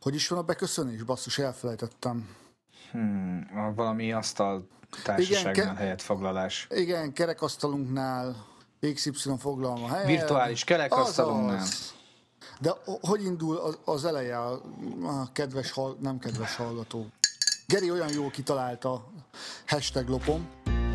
Hogy is van a beköszönés? Basszus, elfelejtettem. Valami asztal társaságnál helyet foglalás. Igen, kerekasztalunknál XY foglalom a helyet. Virtuális kerekasztalunknál. Azaz. De hogy indul az eleje a kedves, nem kedves hallgató? Geri olyan jól kitalálta hashtag lopom.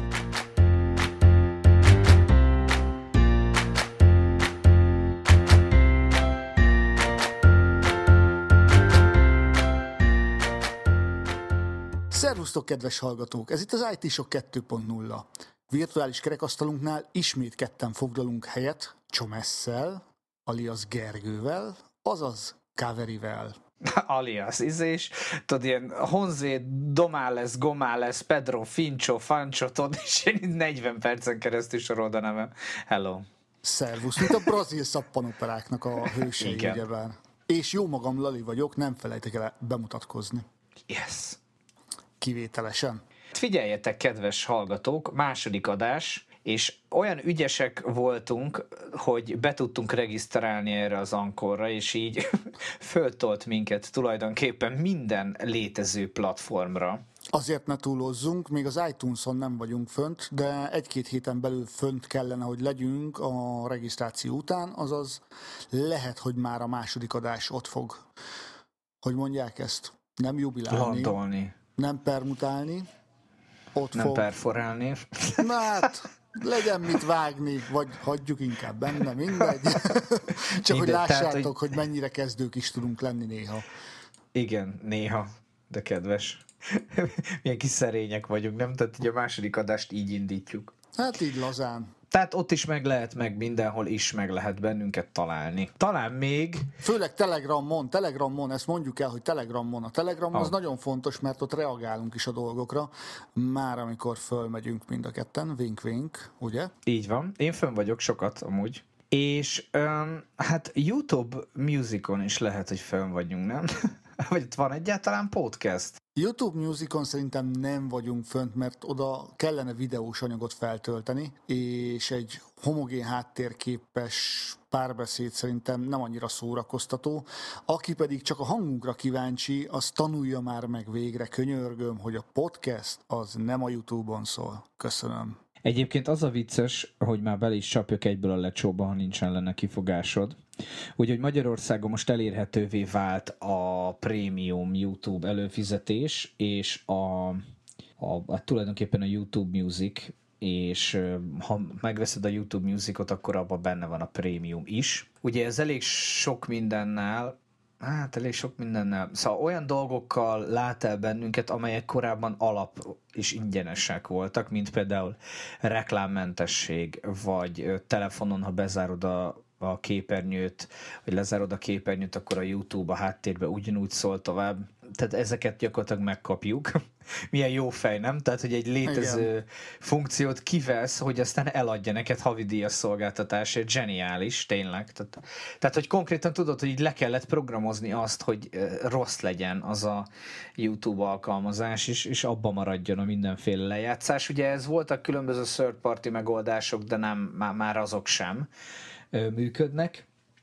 Szervusztok, kedves hallgatók! Ez itt az IT Shock 2.0. Virtuális kerekasztalunknál ismét ketten foglalunk helyet Csomesszel, alias Gergővel, azaz Kaverivel. Alias, és tudod, ilyen Honzé, Domales, Gomales, Pedro, Fincho, Fancho, tudod, és én 40 percen keresztül sorolod a nevem. Hello. Szervusz, mint a brazil szappanoperáknak a hősei, ugyebár. És jó magam, Lali vagyok, nem felejtek el bemutatkozni. Yes. Kivételesen. Figyeljetek, kedves hallgatók, második adás, és olyan ügyesek voltunk, hogy be tudtunk regisztrálni erre az Ankorra, és így föltolt minket tulajdonképpen minden létező platformra. Azért ne túlozzunk, még az iTunes-on nem vagyunk fönt, de egy-két héten belül fönt kellene, hogy legyünk a regisztráció után, azaz lehet, hogy már a második adás ott fog. Hogy mondják ezt? Nem jubilálni. Landolni. Nem permutálni. Ott nem fog. perforálni. Na hát, legyen mit vágni, vagy hagyjuk inkább benne, mindegy. Csak hogy lássátok, hogy mennyire kezdők is tudunk lenni néha. Igen, néha, de kedves. Milyen kis szerények vagyunk, nem? Tehát ugye a második adást így indítjuk. Hát így lazán. Tehát ott is meg lehet, meg mindenhol is meg lehet bennünket találni. Talán még... Főleg Telegramon, ezt mondjuk el, hogy Telegramon. A Telegram az nagyon fontos, mert ott reagálunk is a dolgokra, már amikor fölmegyünk mind a ketten, vink-vink, ugye? Így van. Én fönn vagyok sokat amúgy. És hát YouTube Musicon is lehet, hogy fönn vagyunk, nem? Vagy ott van egyáltalán podcast? YouTube Musicon szerintem nem vagyunk fönt, mert oda kellene videós anyagot feltölteni, és egy homogén háttérképes párbeszéd szerintem nem annyira szórakoztató. Aki pedig csak a hangunkra kíváncsi, az tanulja már meg végre, könyörgöm, hogy a podcast az nem a YouTube-on szól. Köszönöm. Egyébként az a vicces, hogy már bele is csapjak egyből a lecsóba, ha nincsen lenne kifogásod. Úgyhogy Magyarországon most elérhetővé vált a prémium YouTube előfizetés, és tulajdonképpen a YouTube Music, és ha megveszed a YouTube Musicot, akkor abban benne van a prémium is. Ugye ez elég sok mindennel, szóval olyan dolgokkal lát el bennünket, amelyek korábban alap és ingyenesek voltak, mint például reklámmentesség, vagy telefonon, ha bezárod a képernyőt, vagy lezárod a képernyőt, akkor a YouTube a háttérbe ugyanúgy szól tovább. Tehát ezeket gyakorlatilag megkapjuk. Milyen jó fej, nem? Tehát, hogy egy létező funkciót kivesz, hogy aztán eladja neked havidíjas szolgáltatásért. Zseniális, tényleg. Tehát, hogy konkrétan tudod, hogy így le kellett programozni azt, hogy rossz legyen az a YouTube alkalmazás, és abba maradjon a mindenféle lejátszás. Ugye ez voltak különböző third party megoldások, de nem, már azok sem működnek.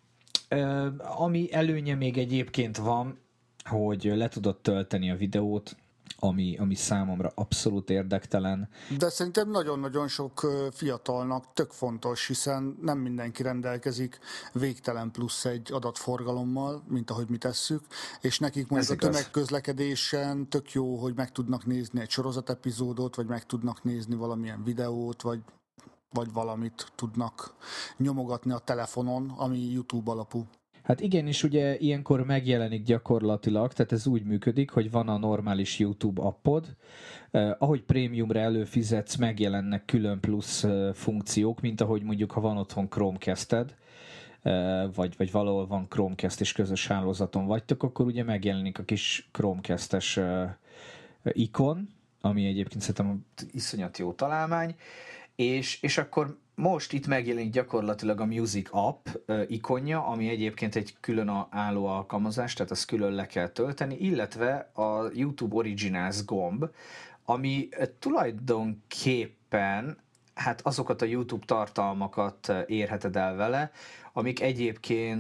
Ami előnye még egyébként van, hogy le tudod tölteni a videót, ami számomra abszolút érdektelen. De szerintem nagyon-nagyon sok fiatalnak tök fontos, hiszen nem mindenki rendelkezik végtelen plusz egy adatforgalommal, mint ahogy mi tesszük, és nekik mondjuk a tömegközlekedésen tök jó, hogy meg tudnak nézni egy sorozatepizódot, vagy meg tudnak nézni valamilyen videót, vagy valamit tudnak nyomogatni a telefonon, ami YouTube alapú. Hát igen, és ugye ilyenkor megjelenik gyakorlatilag, tehát ez úgy működik, hogy van a normális YouTube appod, ahogy prémiumra előfizetsz, megjelennek külön plusz funkciók, mint ahogy mondjuk, ha van otthon Chromecasted, vagy valahol van Chromecast és közös hálózaton vagytok, akkor ugye megjelenik a kis Chromecast-es ikon, ami egyébként szerintem iszonyat jó találmány, és akkor most itt megjelenik gyakorlatilag a Music App ikonja, ami egyébként egy külön álló alkalmazás, tehát azt külön le kell tölteni, illetve a YouTube Originals gomb, ami tulajdonképpen hát azokat a YouTube tartalmakat érheted el vele, amik egyébként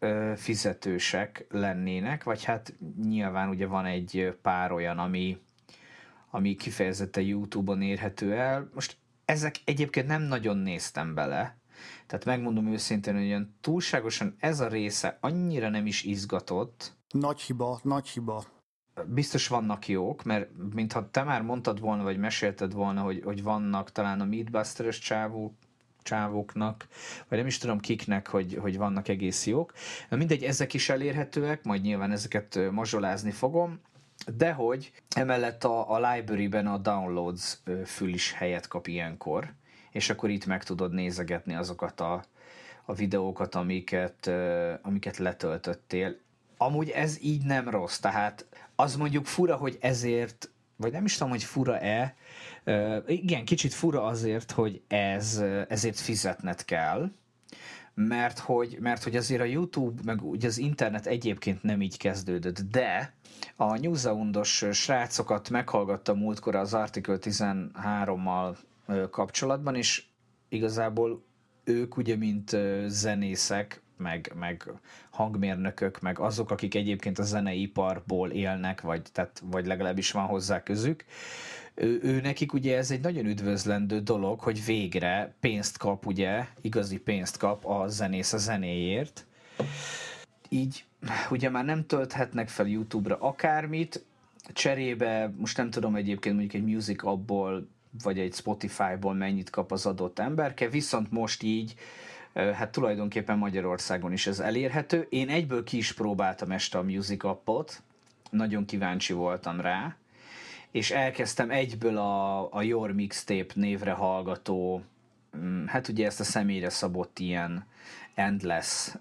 fizetősek lennének, vagy hát nyilván ugye van egy pár olyan, ami kifejezetten YouTube-on érhető el. Most ezek egyébként nem nagyon néztem bele, tehát megmondom őszintén, hogy olyan túlságosan ez a része annyira nem is izgatott. Nagy hiba. Biztos vannak jók, mert mintha te már mondtad volna, vagy mesélted volna, hogy vannak talán a Mythbusters csávóknak, vagy nem is tudom kiknek, hogy vannak egész jók. Mindegy, ezek is elérhetőek, majd nyilván ezeket mazsolázni fogom, de hogy emellett a library-ben a downloads fül is helyet kap ilyenkor, és akkor itt meg tudod nézegetni azokat a videókat, amiket letöltöttél. Amúgy ez így nem rossz, tehát az mondjuk fura, hogy ezért, vagy nem is tudom, hogy fura-e, igen, kicsit fura azért, hogy ezért fizetned kell, mert hogy azért a YouTube, meg ugye az internet egyébként nem így kezdődött, de a Newsoundos srácokat meghallgattam múltkor az Article 13-mal kapcsolatban, és igazából ők ugye, mint zenészek, meg hangmérnökök, meg azok, akik egyébként a zeneiparból élnek, vagy legalábbis van hozzá közük, ő nekik ugye ez egy nagyon üdvözlendő dolog, hogy végre pénzt kap, ugye, igazi pénzt kap a zenész a zenéért. Így ugye már nem tölthetnek fel YouTube-ra akármit, cserébe, most nem tudom egyébként mondjuk egy Music Appból, vagy egy Spotify-ból mennyit kap az adott emberke, viszont most így, hát tulajdonképpen Magyarországon is ez elérhető. Én egyből ki is próbáltam este a Music Appot, nagyon kíváncsi voltam rá, és elkezdtem egyből a Your Mixtape névre hallgató, hát ugye ezt a személyre szabott ilyen endless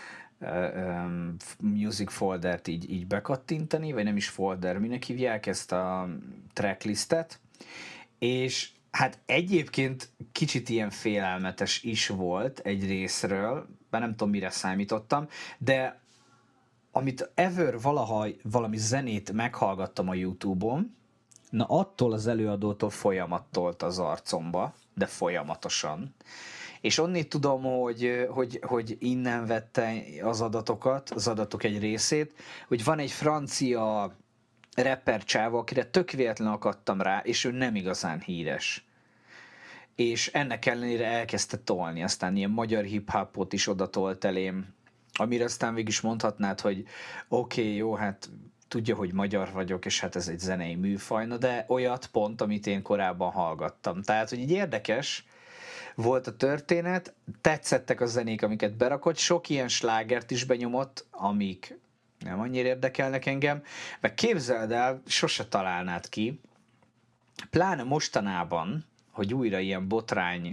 music foldert így bekattintani, vagy nem is folder, minek hívják ezt a tracklistet, és hát egyébként kicsit ilyen félelmetes is volt egy részről, bár nem tudom, mire számítottam, de amit ever valaha valami zenét meghallgattam a YouTube-on, na attól az előadótól folyamattól az arcomba, de folyamatosan. És onnét tudom, hogy innen vette az adatokat, az adatok egy részét, hogy van egy francia rapper csáva, akire tök véletlenül akadtam rá, és ő nem igazán híres. És ennek ellenére elkezdte tolni, aztán ilyen magyar hip-hopot is oda tolt elém, amire aztán végig is mondhatnád, hogy oké, jó, hát tudja, hogy magyar vagyok, és hát ez egy zenei műfaj, de olyat pont, amit én korábban hallgattam. Tehát, hogy így érdekes volt a történet, tetszettek a zenék, amiket berakott, sok ilyen slágert is benyomott, amik nem annyira érdekelnek engem, meg képzeld el, sose találnád ki, pláne mostanában, hogy újra ilyen botrány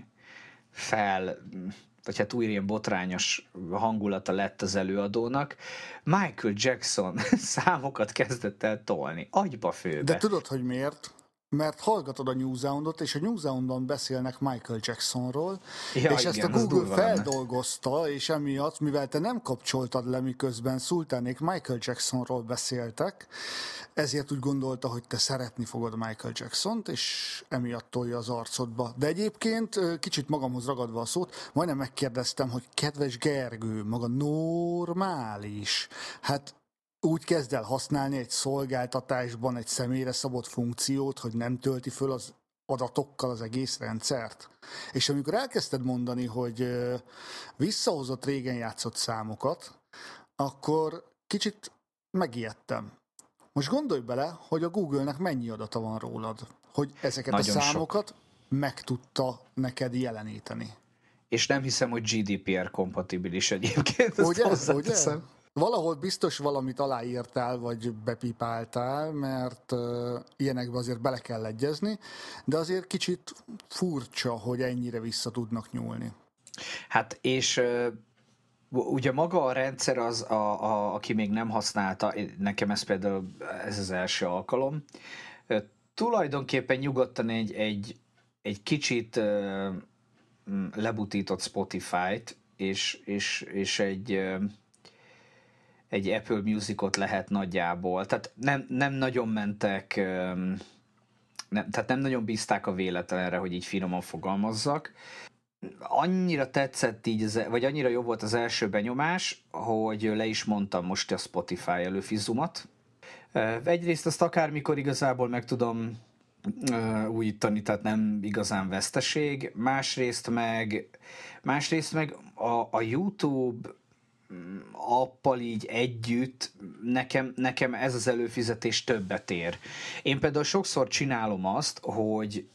vagy hát újra ilyen botrányos hangulata lett az előadónak, Michael Jackson számokat kezdett el tolni, agyba főbe. De tudod, hogy miért? Mert hallgatod a Newsoundot, és a Newsoundon beszélnek Michael Jacksonról, és igen, ezt a Google feldolgozta, és emiatt, mivel te nem kapcsoltad le, miközben szultánék Michael Jacksonról beszéltek, ezért úgy gondolta, hogy te szeretni fogod Michael Jacksont, és emiatt tolja az arcodba. De egyébként kicsit magamhoz ragadva a szót, majdnem megkérdeztem, hogy kedves Gergő, maga normális? Hát úgy kezd el használni egy szolgáltatásban egy személyre szabott funkciót, hogy nem tölti föl az adatokkal az egész rendszert. És amikor elkezdted mondani, hogy visszahozott régen játszott számokat, akkor kicsit megijedtem. Most gondolj bele, hogy a Google-nek mennyi adata van rólad, hogy ezeket nagyon a számokat sok meg tudta neked jeleníteni. És nem hiszem, hogy GDPR kompatibilis egyébként. Ugye? Valahol biztos valamit aláírtál, vagy bepipáltál, mert ilyenekbe azért bele kell egyezni, de azért kicsit furcsa, hogy ennyire vissza tudnak nyúlni. Hát és ugye maga a rendszer az, aki még nem használta, nekem ez például ez az első alkalom, tulajdonképpen nyugodtan egy kicsit lebutított Spotify-t, és egy Apple Musicot lehet nagyjából. Tehát nem nagyon mentek, tehát nem nagyon bízták a véletlenre, hogy így finoman fogalmazzak. annyira tetszett így, vagy annyira jobb volt az első benyomás, hogy le is mondtam most a Spotify előfizumat. Egyrészt azt akármikor igazából meg tudom újítani, tehát nem igazán veszteség. Másrészt meg a YouTube appal így együtt nekem ez az előfizetés többet ér. Én például sokszor csinálom azt, hogy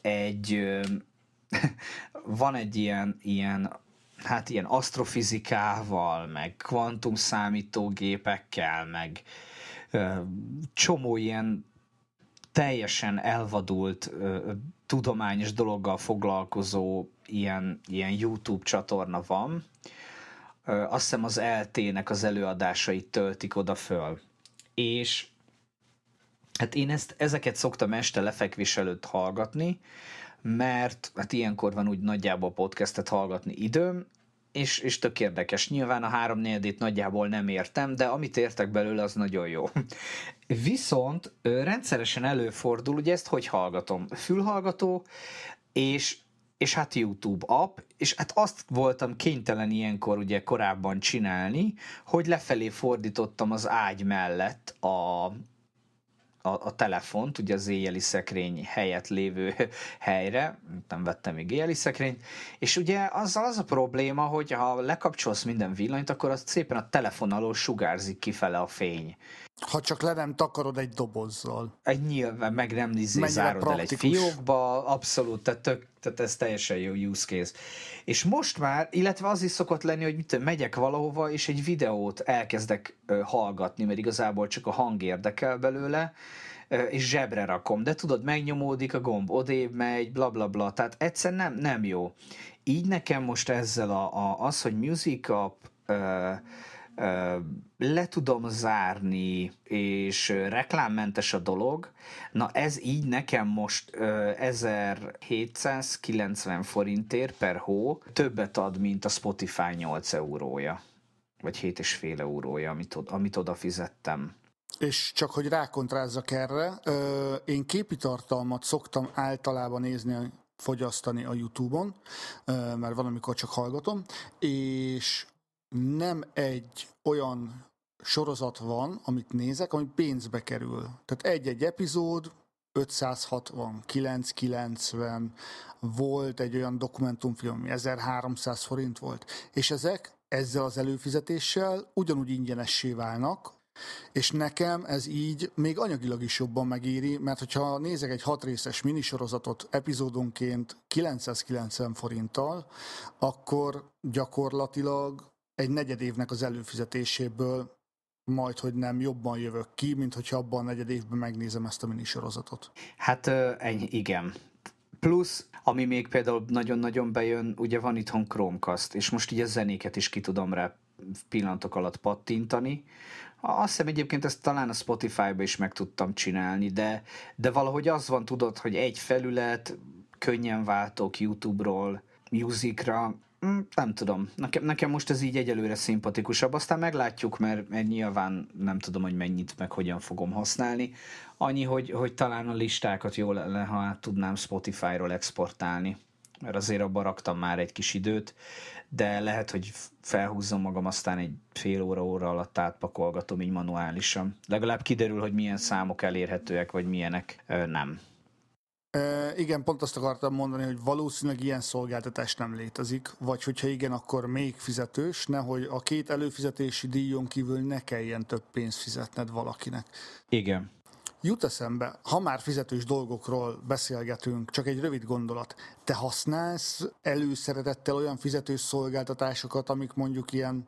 van egy ilyen asztrofizikával, meg kvantum számítógépekkel, meg csomó ilyen teljesen elvadult tudományos dologgal foglalkozó ilyen YouTube csatorna van. Azt hiszem az LT-nek az előadásait töltik oda föl. És hát én ezeket szoktam este lefekvés előtt hallgatni, mert hát ilyenkor van úgy nagyjából podcastet hallgatni időm, és tök érdekes. Nyilván a 3/4-ét nagyjából nem értem, de amit értek belőle, az nagyon jó. Viszont rendszeresen előfordul, ugye ezt hogy hallgatom? Fülhallgató, és hát YouTube app, és hát azt voltam kénytelen ilyenkor ugye korábban csinálni, hogy lefelé fordítottam az ágy mellett a telefont, ugye az éjjeli szekrény helyett lévő helyre, nem vettem még éjjeli szekrényt, és ugye azzal az a probléma, hogy ha lekapcsolsz minden villanyt, akkor az szépen a telefon alól sugárzik kifele a fény. Ha csak le nem takarod egy dobozzal. Nyilván meg nem zárod el egy fiókba, abszolút, tehát ez teljesen jó use case. És most már, illetve az is szokott lenni, hogy megyek valahova, és egy videót elkezdek hallgatni, mert igazából csak a hang érdekel belőle, és zsebre rakom, de tudod, megnyomódik a gomb, odébb megy, bla bla bla, tehát egyszer nem jó. Így nekem most ezzel az, hogy Music App le tudom zárni, és reklámmentes a dolog, na ez így nekem most 1790 forintért per hó többet ad, mint a Spotify 8 eurója, vagy 7,5 eurója, amit oda fizettem. És csak hogy rákontrázzak erre, én képi tartalmat szoktam általában nézni, fogyasztani a YouTube-on, mert valamikor csak hallgatom, és nem egy olyan sorozat van, amit nézek, ami pénzbe kerül. Tehát egy-egy epizód 569-90, volt egy olyan dokumentumfilm, ami 1300 forint volt, és ezek ezzel az előfizetéssel ugyanúgy ingyenessé válnak, és nekem ez így még anyagilag is jobban megéri, mert hogyha nézek egy 6 részes minisorozatot epizódonként 990 forinttal, akkor gyakorlatilag egy negyedévnek az előfizetéséből majd, hogy nem jobban jövök ki, mint hogyha abban a negyedévben megnézem ezt a minisorozatot. Hát igen. Plusz, ami még például nagyon-nagyon bejön, ugye van itthon Chromecast, és most így a zenéket is ki tudom rá pillanatok alatt pattintani. Azt hiszem egyébként ezt talán a Spotify-ba is meg tudtam csinálni, de valahogy az van, tudod, hogy egy felület, könnyen váltok YouTube-ról Musicra, nem tudom. Nekem most ez így egyelőre szimpatikusabb. Aztán meglátjuk, mert nyilván nem tudom, hogy mennyit, meg hogyan fogom használni. Annyi, hogy talán a listákat jól lenne, ha át tudnám Spotify-ról exportálni. Mert azért abban raktam már egy kis időt, de lehet, hogy felhúzzom magam, aztán egy fél óra alatt átpakolgatom így manuálisan. Legalább kiderül, hogy milyen számok elérhetőek, vagy milyenek nem. Igen, pont azt akartam mondani, hogy valószínűleg ilyen szolgáltatás nem létezik, vagy hogyha igen, akkor még fizetős, nehogy a 2 előfizetési díjon kívül ne kelljen több pénzt fizetned valakinek. Igen. Jut eszembe, ha már fizetős dolgokról beszélgetünk, csak egy rövid gondolat. Te használsz előszeretettel olyan fizetős szolgáltatásokat, amik mondjuk ilyen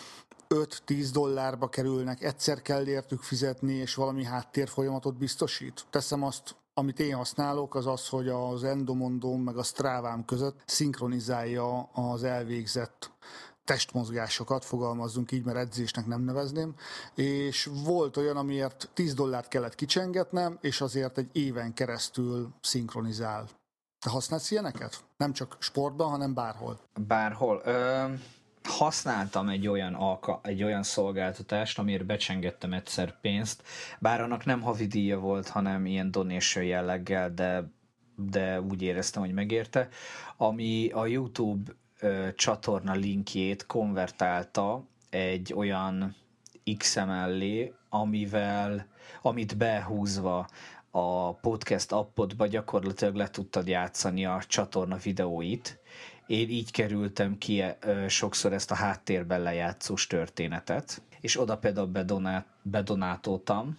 $5-10 kerülnek, egyszer kell értük fizetni, és valami háttérfolyamatot biztosít? Teszem azt, amit én használok, az az, hogy az Endomondom meg a Strávám között szinkronizálja az elvégzett testmozgásokat, fogalmazzunk így, mert edzésnek nem nevezném, és volt olyan, amiért $10 kellett kicsengetnem, és azért egy éven keresztül szinkronizál. Te használsz ilyeneket? Nem csak sportban, hanem bárhol. Bárhol. Használtam egy olyan szolgáltatást, amiért becsengettem egyszer pénzt, bár annak nem havidíja volt, hanem ilyen donation jelleggel, de úgy éreztem, hogy megérte, ami a YouTube csatorna linkjét konvertálta egy olyan XML-lé, amit behúzva a podcast appodba gyakorlatilag le tudtad játszani a csatorna videóit. Én így kerültem ki sokszor ezt a háttérben lejátszós történetet, és oda például bedonátoltam.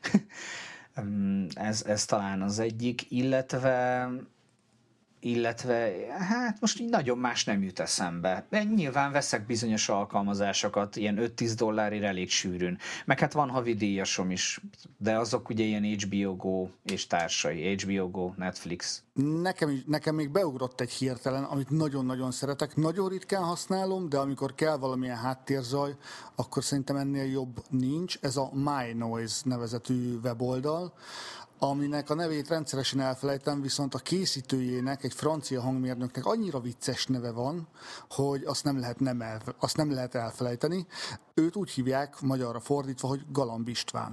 ez talán az egyik, illetve hát most így nagyon más nem jut eszembe. De nyilván veszek bizonyos alkalmazásokat, ilyen $5-10 elég sűrűn. Meg hát van havidíjasom is, de azok ugye ilyen HBO Go és társai, HBO Go, Netflix. Nekem még beugrott egy hirtelen, amit nagyon-nagyon szeretek. Nagyon ritkán használom, de amikor kell valamilyen háttérzaj, akkor szerintem ennél jobb nincs. Ez a My Noise nevezetű weboldal, aminek a nevét rendszeresen elfelejtem, viszont a készítőjének, egy francia hangmérnöknek annyira vicces neve van, hogy azt nem lehet elfelejteni. Őt úgy hívják, magyarra fordítva, hogy Galamb István.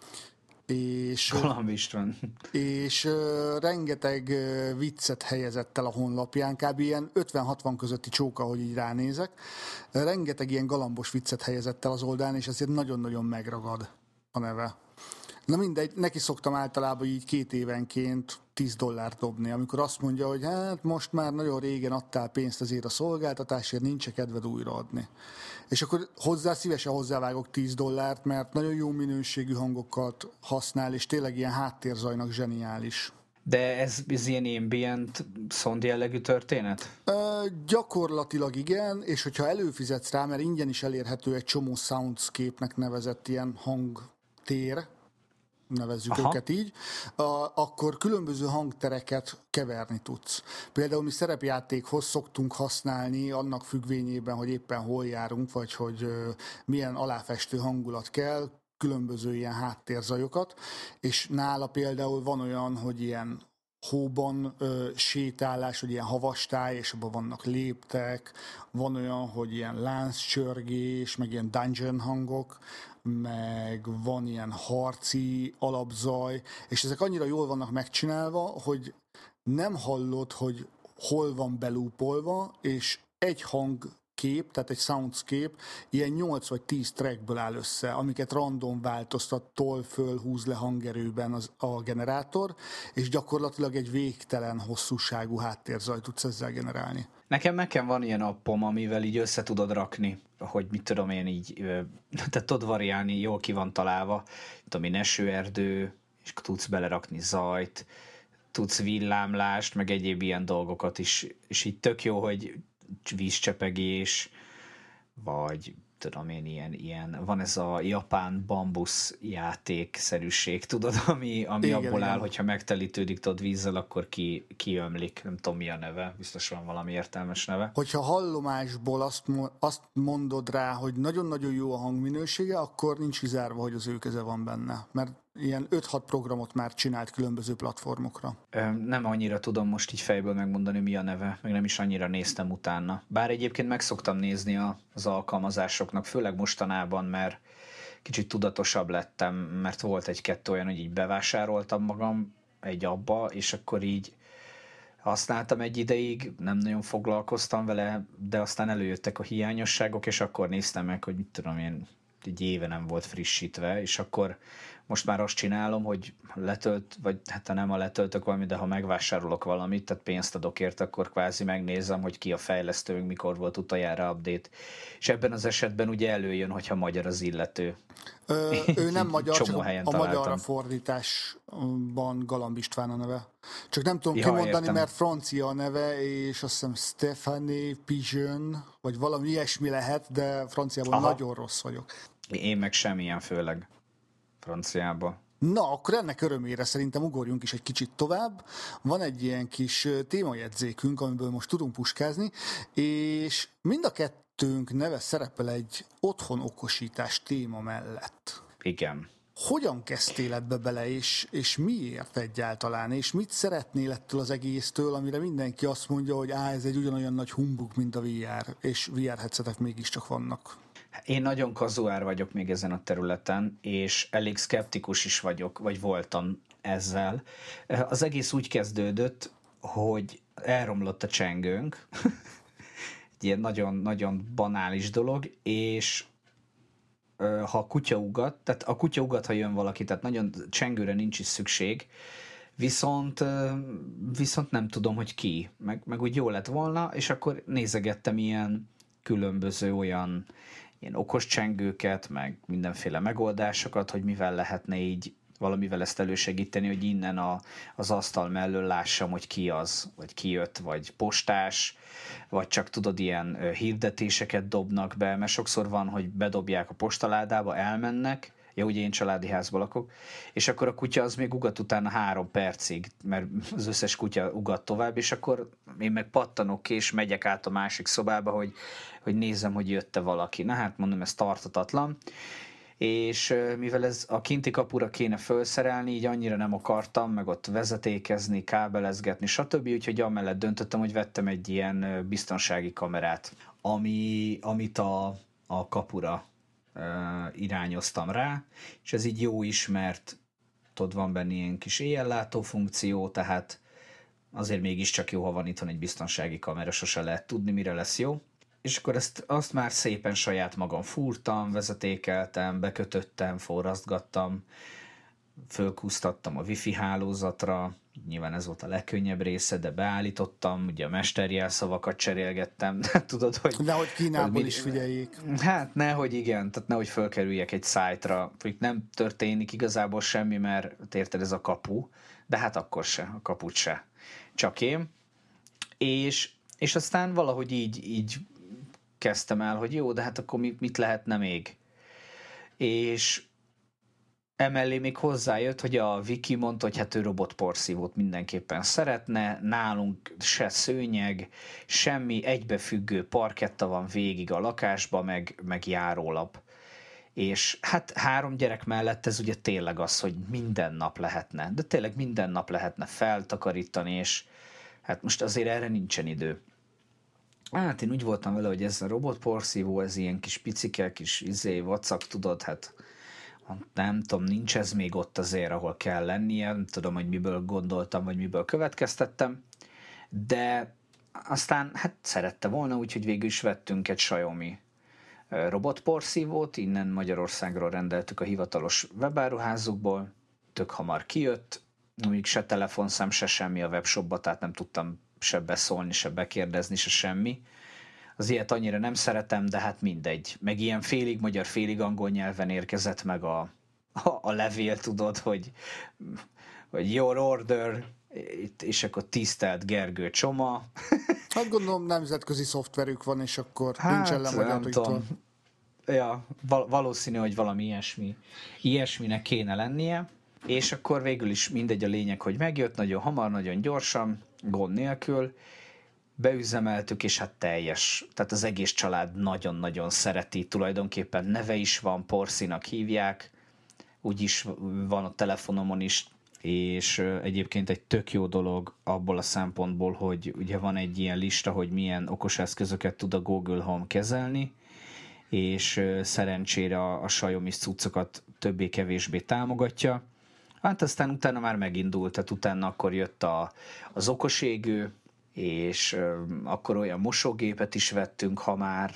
Galamb István. És rengeteg viccet helyezett el a honlapján, kb. Ilyen 50-60 közötti csóka, hogy így ránézek. Rengeteg ilyen galambos viccet helyezett el az oldalán, és ezért nagyon-nagyon megragad a neve. Na mindegy, neki szoktam általában így 2 évenként $10 dobni, amikor azt mondja, hogy hát most már nagyon régen adtál pénzt azért a szolgáltatásért, nincs kedved újraadni. És akkor szívesen hozzávágok $10, mert nagyon jó minőségű hangokat használ, és tényleg ilyen háttérzajnak zseniális. De ez ilyen ambient sound jellegű történet? Gyakorlatilag igen, és hogyha előfizetsz rá, mert ingyen is elérhető egy csomó soundscape-nek nevezett ilyen hangtér, nevezzük őket így, akkor különböző hangtereket keverni tudsz. Például mi szerepjátékhoz szoktunk használni annak függvényében, hogy éppen hol járunk, vagy hogy milyen aláfestő hangulat kell, különböző ilyen háttérzajokat, és nála például van olyan, hogy ilyen hóban sétálás, hogy ilyen havastály, és abban vannak léptek, van olyan, hogy ilyen lánccsörgés, meg ilyen dungeon hangok, meg van ilyen harci alapzaj, és ezek annyira jól vannak megcsinálva, hogy nem hallod, hogy hol van belúpolva, és egy hangkép, tehát egy soundscape, ilyen 8 vagy 10 trackből áll össze, amiket random változtat, tol föl, húz le hangerőben a generátor, és gyakorlatilag egy végtelen hosszúságú háttérzajt tudsz ezzel generálni. Nekem van ilyen appom, amivel így össze tudod rakni, hogy mit tudom én így, tehát tudod variálni, jól ki van találva, tudom én, esőerdő, és tudsz belerakni zajt, tudsz villámlást, meg egyéb ilyen dolgokat is, és így tök jó, hogy vízcsepegés, vagy tudom én, ilyen, van ez a japán bambusz játékszerűség, tudod, ami igen, abból áll, hogyha megtelítődik tudod vízzel, akkor kiömlik, nem tudom mi a neve, biztos van valami értelmes neve. Hogyha hallomásból azt mondod rá, hogy nagyon-nagyon jó a hangminősége, akkor nincs kizárva, hogy az ő keze van benne, mert ilyen 5-6 programot már csinált különböző platformokra. Nem annyira tudom most így fejből megmondani, mi a neve, meg nem is annyira néztem utána. Bár egyébként meg szoktam nézni az alkalmazásoknak, főleg mostanában, mert kicsit tudatosabb lettem, mert volt 1-2 olyan, hogy így bevásároltam magam egy abba, és akkor így használtam egy ideig, nem nagyon foglalkoztam vele, de aztán előjöttek a hiányosságok, és akkor néztem meg, hogy mit tudom én, egy éve nem volt frissítve, és akkor most már azt csinálom, hogy vagy hát ha nem letöltök valamit, de ha megvásárolok valamit, tehát pénzt adok érte, akkor kvázi megnézem, hogy ki a fejlesztő, mikor volt utoljára update. És ebben az esetben ugye előjön, hogyha magyar az illető. Ő nem magyar, csak a magyarra fordításban Galamb István a neve. Csak nem tudom kimondani, értem. Mert francia a neve, és azt hiszem Stéphane Pigeon, vagy valami ilyesmi lehet, de franciában nagyon rossz vagyok. Én meg semmilyen, főleg franciába. Na, akkor ennek örömére szerintem ugorjunk is egy kicsit tovább. Van egy ilyen kis témajegyzékünk, amiből most tudunk puskázni, és mind a kettőnk neve szerepel egy otthonokosítás téma mellett. Igen. Hogyan kezdtél ebbe bele, és miért egyáltalán, és mit szeretnél ettől az egésztől, amire mindenki azt mondja, hogy ez egy ugyanolyan nagy humbug, mint a VR, és VR headsetek mégiscsak vannak? Én nagyon kazuár vagyok még ezen a területen, és elég szkeptikus is vagyok, vagy voltam ezzel. Az egész úgy kezdődött, hogy elromlott a csengőnk. ilyen nagyon-nagyon banális dolog, és ha a kutya ugat, tehát a kutya ugat, ha jön valaki, tehát nagyon csengőre nincs is szükség, viszont nem tudom, hogy ki, meg úgy jó lett volna, és akkor nézegettem ilyen különböző olyan ilyen okos csengőket, meg mindenféle megoldásokat, hogy mivel lehetne így valamivel ezt elősegíteni, hogy innen az asztal mellől lássam, hogy ki az, vagy ki jött, vagy postás, vagy csak tudod, ilyen hirdetéseket dobnak be, mert sokszor van, hogy bedobják a postaládába, elmennek, ja, ugye én családi házban lakok, és akkor a kutya az még ugat utána 3 percig, mert az összes kutya ugat tovább, és akkor én meg pattanok ki, és megyek át a másik szobába, hogy nézem, hogy jött-e valaki. Na hát mondom, ez tartatatlan. És mivel ez a kinti kapura kéne felszerelni, így annyira nem akartam, meg ott vezetékezni, kábelezgetni, stb. Úgyhogy amellett döntöttem, hogy vettem egy ilyen biztonsági kamerát, amit a kapura irányoztam rá, és ez így jó is, mert tudod, van benne ilyen kis éjjellátó funkció, tehát azért mégiscsak jó, ha van itthon egy biztonsági kamera, sose lehet tudni, mire lesz jó. És akkor azt már szépen saját magam fúrtam, vezetékeltem, bekötöttem, forrasztgattam, fölkúztattam a wifi hálózatra, nyilván ez volt a legkönnyebb része, de beállítottam, ugye a mesterjelszavakat cserélgettem, tudod, hogy... Nehogy Kínából is figyeljék. Hát nehogy igen, tehát nehogy fölkerüljek egy szájtra, hogy nem történik igazából semmi, mert érted, ez a kapu, de hát akkor se, a kaput se, csak én. És aztán valahogy így kezdtem el, hogy jó, de hát akkor mit lehetne még? És emellé még hozzájött, hogy a Viki mondta, hogy hát ő robotporszívót mindenképpen szeretne, nálunk se szőnyeg, semmi, egybefüggő parketta van végig a lakásba, meg járólap. És hát 3 gyerek mellett ez ugye tényleg az, hogy minden nap lehetne, de tényleg minden nap lehetne feltakarítani, és hát most azért erre nincsen idő. Hát én úgy voltam vele, hogy ez a robotporszívó, ez ilyen kis picike, kis vacak, tudod, hát nem tudom, nincs ez még ott azért, ahol kell lennie, nem tudom, hogy miből gondoltam, vagy miből következtettem, de aztán hát szerette volna, úgyhogy végül is vettünk egy Xiaomi robotporszívót, innen Magyarországról rendeltük a hivatalos webáruházukból, tök hamar kijött, mondjuk se telefonszám, se semmi a webshopba, tehát nem tudtam se beszólni, se bekérdezni, se semmi. Az ilyet annyira nem szeretem, de hát mindegy. Meg ilyen félig magyar, félig angol nyelven érkezett meg a levél, tudod, hogy your order, és akkor tisztelt Gergő Csoma. Hát gondolom nemzetközi szoftverük van, és akkor nincsen lemagyarítva. Ja, valószínű, hogy valami ilyesminek kéne lennie, és akkor végül is mindegy, a lényeg, hogy megjött, nagyon hamar, nagyon gyorsan, gond nélkül, beüzemeltük, és hát teljes, tehát az egész család nagyon-nagyon szereti, tulajdonképpen neve is van, Porszínak hívják, úgyis van a telefonomon is, és egyébként egy tök jó dolog abból a szempontból, hogy ugye van egy ilyen lista, hogy milyen okos eszközöket tud a Google Home kezelni, és szerencsére a Xiaomi cuccokat többé-kevésbé támogatja. Hát aztán utána már megindult, tehát utána akkor jött az okos égő, és akkor olyan mosógépet is vettünk, ha már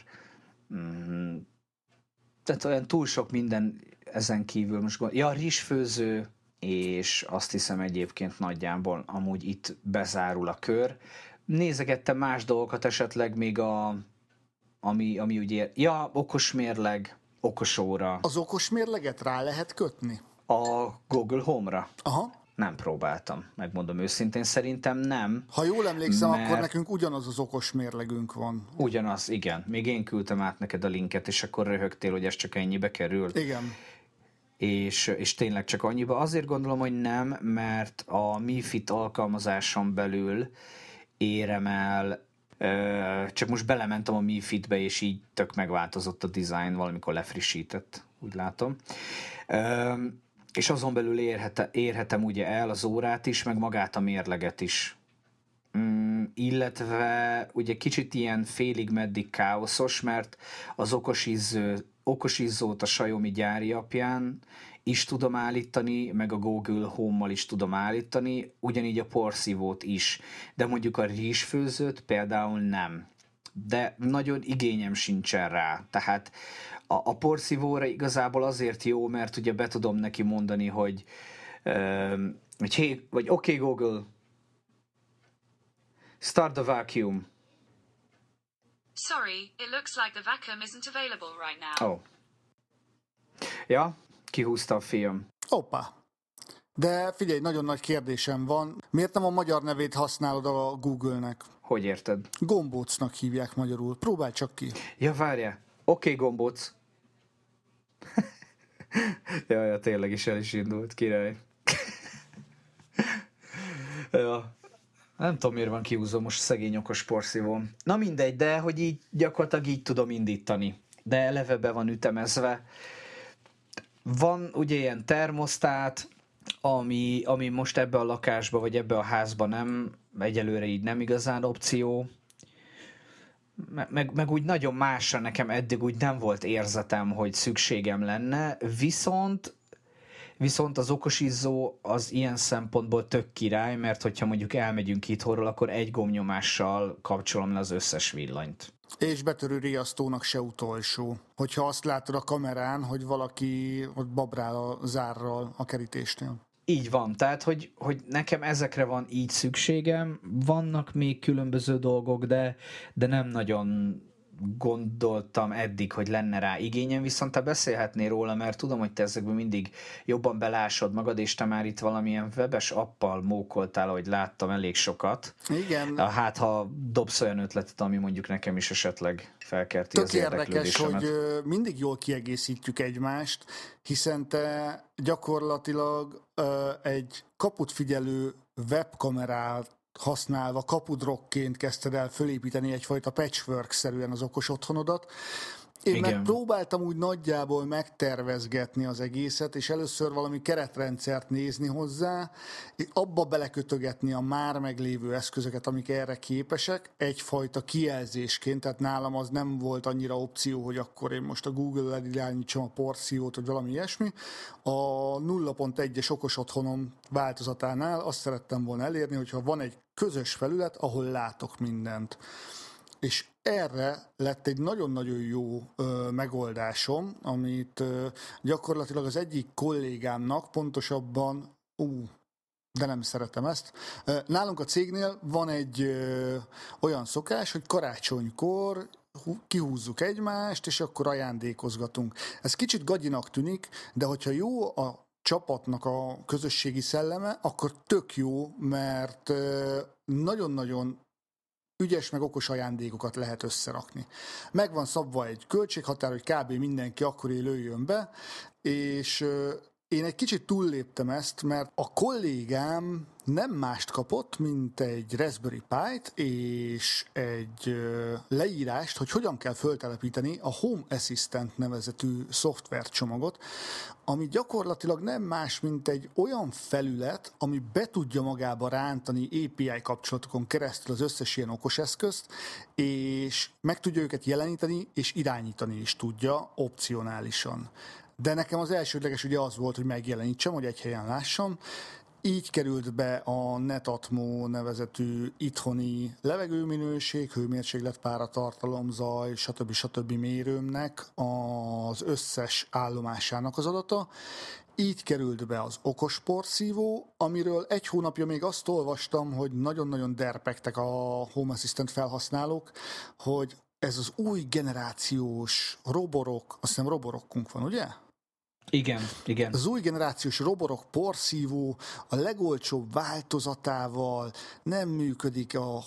tehát olyan túl sok minden ezen kívül most rizsfőző, és azt hiszem egyébként nagyjából amúgy itt bezárul a kör. Nézegettem más dolgokat esetleg még ami ugye, okos mérleg, okos óra. Az okos mérleget rá lehet kötni? A Google Home-ra? Aha. Nem próbáltam, megmondom őszintén, szerintem nem. Ha jól emlékszem, akkor nekünk ugyanaz az okos mérlegünk van. Ugyanaz, igen. Még én küldtem át neked a linket, és akkor röhögtél, hogy ez csak ennyibe kerül. Igen. És tényleg csak annyiba. Azért gondolom, hogy nem, mert a Mi Fit alkalmazáson belül érem el, csak most belementem a Mi Fitbe, és így tök megváltozott a design, valamikor lefrissített, úgy látom. És azon belül érhetem ugye el az órát is, meg magát a mérleget is. Illetve ugye kicsit ilyen félig meddig káoszos, mert az okosizzót a Xiaomi gyári apján is tudom állítani, meg a Google Home-mal is tudom állítani, ugyanígy a porszívót is, de mondjuk a rizsfőzőt például nem. de nagyon igényem sincsen rá. Tehát a porszívóra igazából azért jó, mert ugye be tudom neki mondani, hogy hey, vagy okay Google, start the vacuum. Sorry, it looks like the vacuum isn't available right now. Oh. Ja, kihúzta a film. Hoppá. De figyelj, nagyon nagy kérdésem van. Miért nem a magyar nevét használod a Google-nek? Hogy érted? Gombócnak hívják magyarul. Próbálj csak ki. Ja, várjál. Oké, gombóc. ja, tényleg is el is indult, király. ja. Nem tudom, miért van kihúzó most szegény okos porszívóm. Na mindegy, de hogy így gyakorlatilag így tudom indítani. De eleve be van ütemezve. Van ugye ilyen termosztát, ami most ebbe a lakásba, vagy ebbe a házba nem, egyelőre így nem igazán opció. Meg úgy nagyon másra nekem eddig úgy nem volt érzetem, hogy szükségem lenne, viszont az okosizzó az ilyen szempontból tök király, mert hogyha mondjuk elmegyünk itthonról, akkor egy gombnyomással kapcsolom le az összes villanyt. És betörő riasztónak se utolsó. Hogyha azt látod a kamerán, hogy valaki ott babrál a zárral a kerítésnél. Így van, tehát hogy nekem ezekre van így szükségem, vannak még különböző dolgok, de nem nagyon gondoltam eddig, hogy lenne rá igényem, viszont te beszélhetnél róla, mert tudom, hogy te ezekben mindig jobban belásod magad, és te már itt valamilyen webes appal mókoltál, ahogy láttam elég sokat. Igen. Hát, ha dobsz olyan ötletet, ami mondjuk nekem is esetleg felkelti az érdeklődésemet. Tök érdekes, hogy mindig jól kiegészítjük egymást, hiszen te gyakorlatilag egy kaput figyelő webkamerát használva kapudrokként kezdted el fölépíteni egyfajta patchwork-szerűen az okos otthonodat. Én meg próbáltam úgy nagyjából megtervezgetni az egészet, és először valami keretrendszert nézni hozzá, és abba belekötögetni a már meglévő eszközöket, amik erre képesek, egyfajta kijelzésként, tehát nálam az nem volt annyira opció, hogy akkor én most a Google-el irányítsam a porszívót, vagy valami ilyesmi. A 0.1-es okos otthonom változatánál azt szerettem volna elérni, hogyha van egy közös felület, ahol látok mindent. És erre lett egy nagyon-nagyon jó megoldásom, amit gyakorlatilag az egyik kollégámnak pontosabban, de nem szeretem ezt. Nálunk a cégnél van egy olyan szokás, hogy karácsonykor kihúzzuk egymást, és akkor ajándékozgatunk. Ez kicsit gagyinak tűnik, de hogyha jó a csapatnak a közösségi szelleme, akkor tök jó, mert nagyon-nagyon ügyes meg okos ajándékokat lehet összerakni. Megvan szabva egy költséghatár, hogy kb. Mindenki akkor lőjön be, és én egy kicsit túlléptem ezt, mert a kollégám nem mást kapott, mint egy Raspberry Pi-t és egy leírást, hogy hogyan kell föltelepíteni a Home Assistant nevezetű szoftvercsomagot, ami gyakorlatilag nem más, mint egy olyan felület, ami be tudja magába rántani API kapcsolatokon keresztül az összes ilyen okos eszközt, és meg tudja őket jeleníteni, és irányítani is tudja opcionálisan. De nekem az elsődleges ugye az volt, hogy megjelenítsem, hogy egy helyen lássam. Így került be a Netatmo nevezetű itthoni levegőminőség, hőmérséklet, páratartalom, zaj, stb. Mérőmnek az összes állomásának az adata. Így került be az okos porszívó, amiről egy hónapja még azt olvastam, hogy nagyon-nagyon derpegtek a Home Assistant felhasználók, hogy ez az új generációs roborok, azt hiszem roborokunk van, ugye? Igen. Az új generációs roborok porszívó a legolcsóbb változatával nem működik a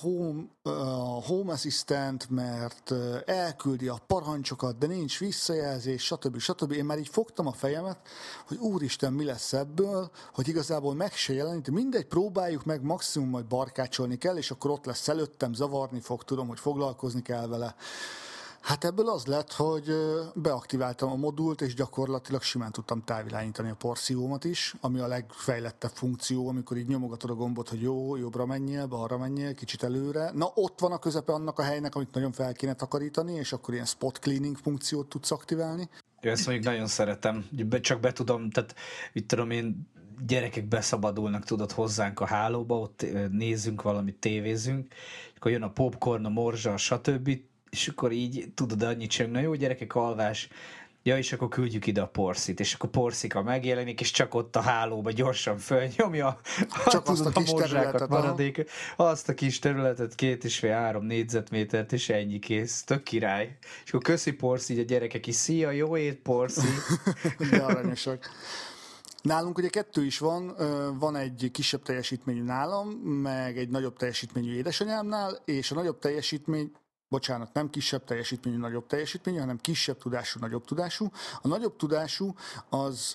Home Assistant, mert elküldi a parancsokat, de nincs visszajelzés, stb. Én már így fogtam a fejemet, hogy úristen, mi lesz ebből, hogy igazából meg se jelenít. Mindegy, próbáljuk meg, maximum majd barkácsolni kell, és akkor ott lesz előttem, zavarni fog, tudom, hogy foglalkozni kell vele. Hát ebből az lett, hogy beaktiváltam a modult, és gyakorlatilag simán tudtam távirányítani a porszívómat is, ami a legfejlettebb funkció, amikor így nyomogatod a gombot, hogy jó, jobbra menjél, balra menjél, kicsit előre. Na, ott van a közepe annak a helynek, amit nagyon fel kéne takarítani, és akkor ilyen spot cleaning funkciót tudsz aktiválni. Ezt mondjuk nagyon szeretem, csak be tudom, tehát mit tudom én, gyerekek beszabadulnak, tudod, hozzánk a hálóba, ott nézzünk valamit, tévézünk, akkor jön a popcorn, a morzsa, stb., és akkor így tudod annyit sem, na jó gyerekek, alvás, ja, és akkor küldjük ide a Porszit, és akkor Porszika megjelenik, és csak ott a hálóba gyorsan fölnyomja, csak azt a kis területet, maradék, azt a kis területet, 2,5-3 négyzetmétert, és ennyi kész, tök király. És akkor köszi Porsz, így a gyerekek is, szia, jó ét Porsz. De aranyosak. Nálunk ugye 2 is van, van egy kisebb teljesítményű nálam, meg egy nagyobb teljesítményű édesanyámnál, és a nagyobb teljesítmény, bocsánat, nem kisebb teljesítményű, nagyobb teljesítményű, hanem kisebb tudású, nagyobb tudású. A nagyobb tudású az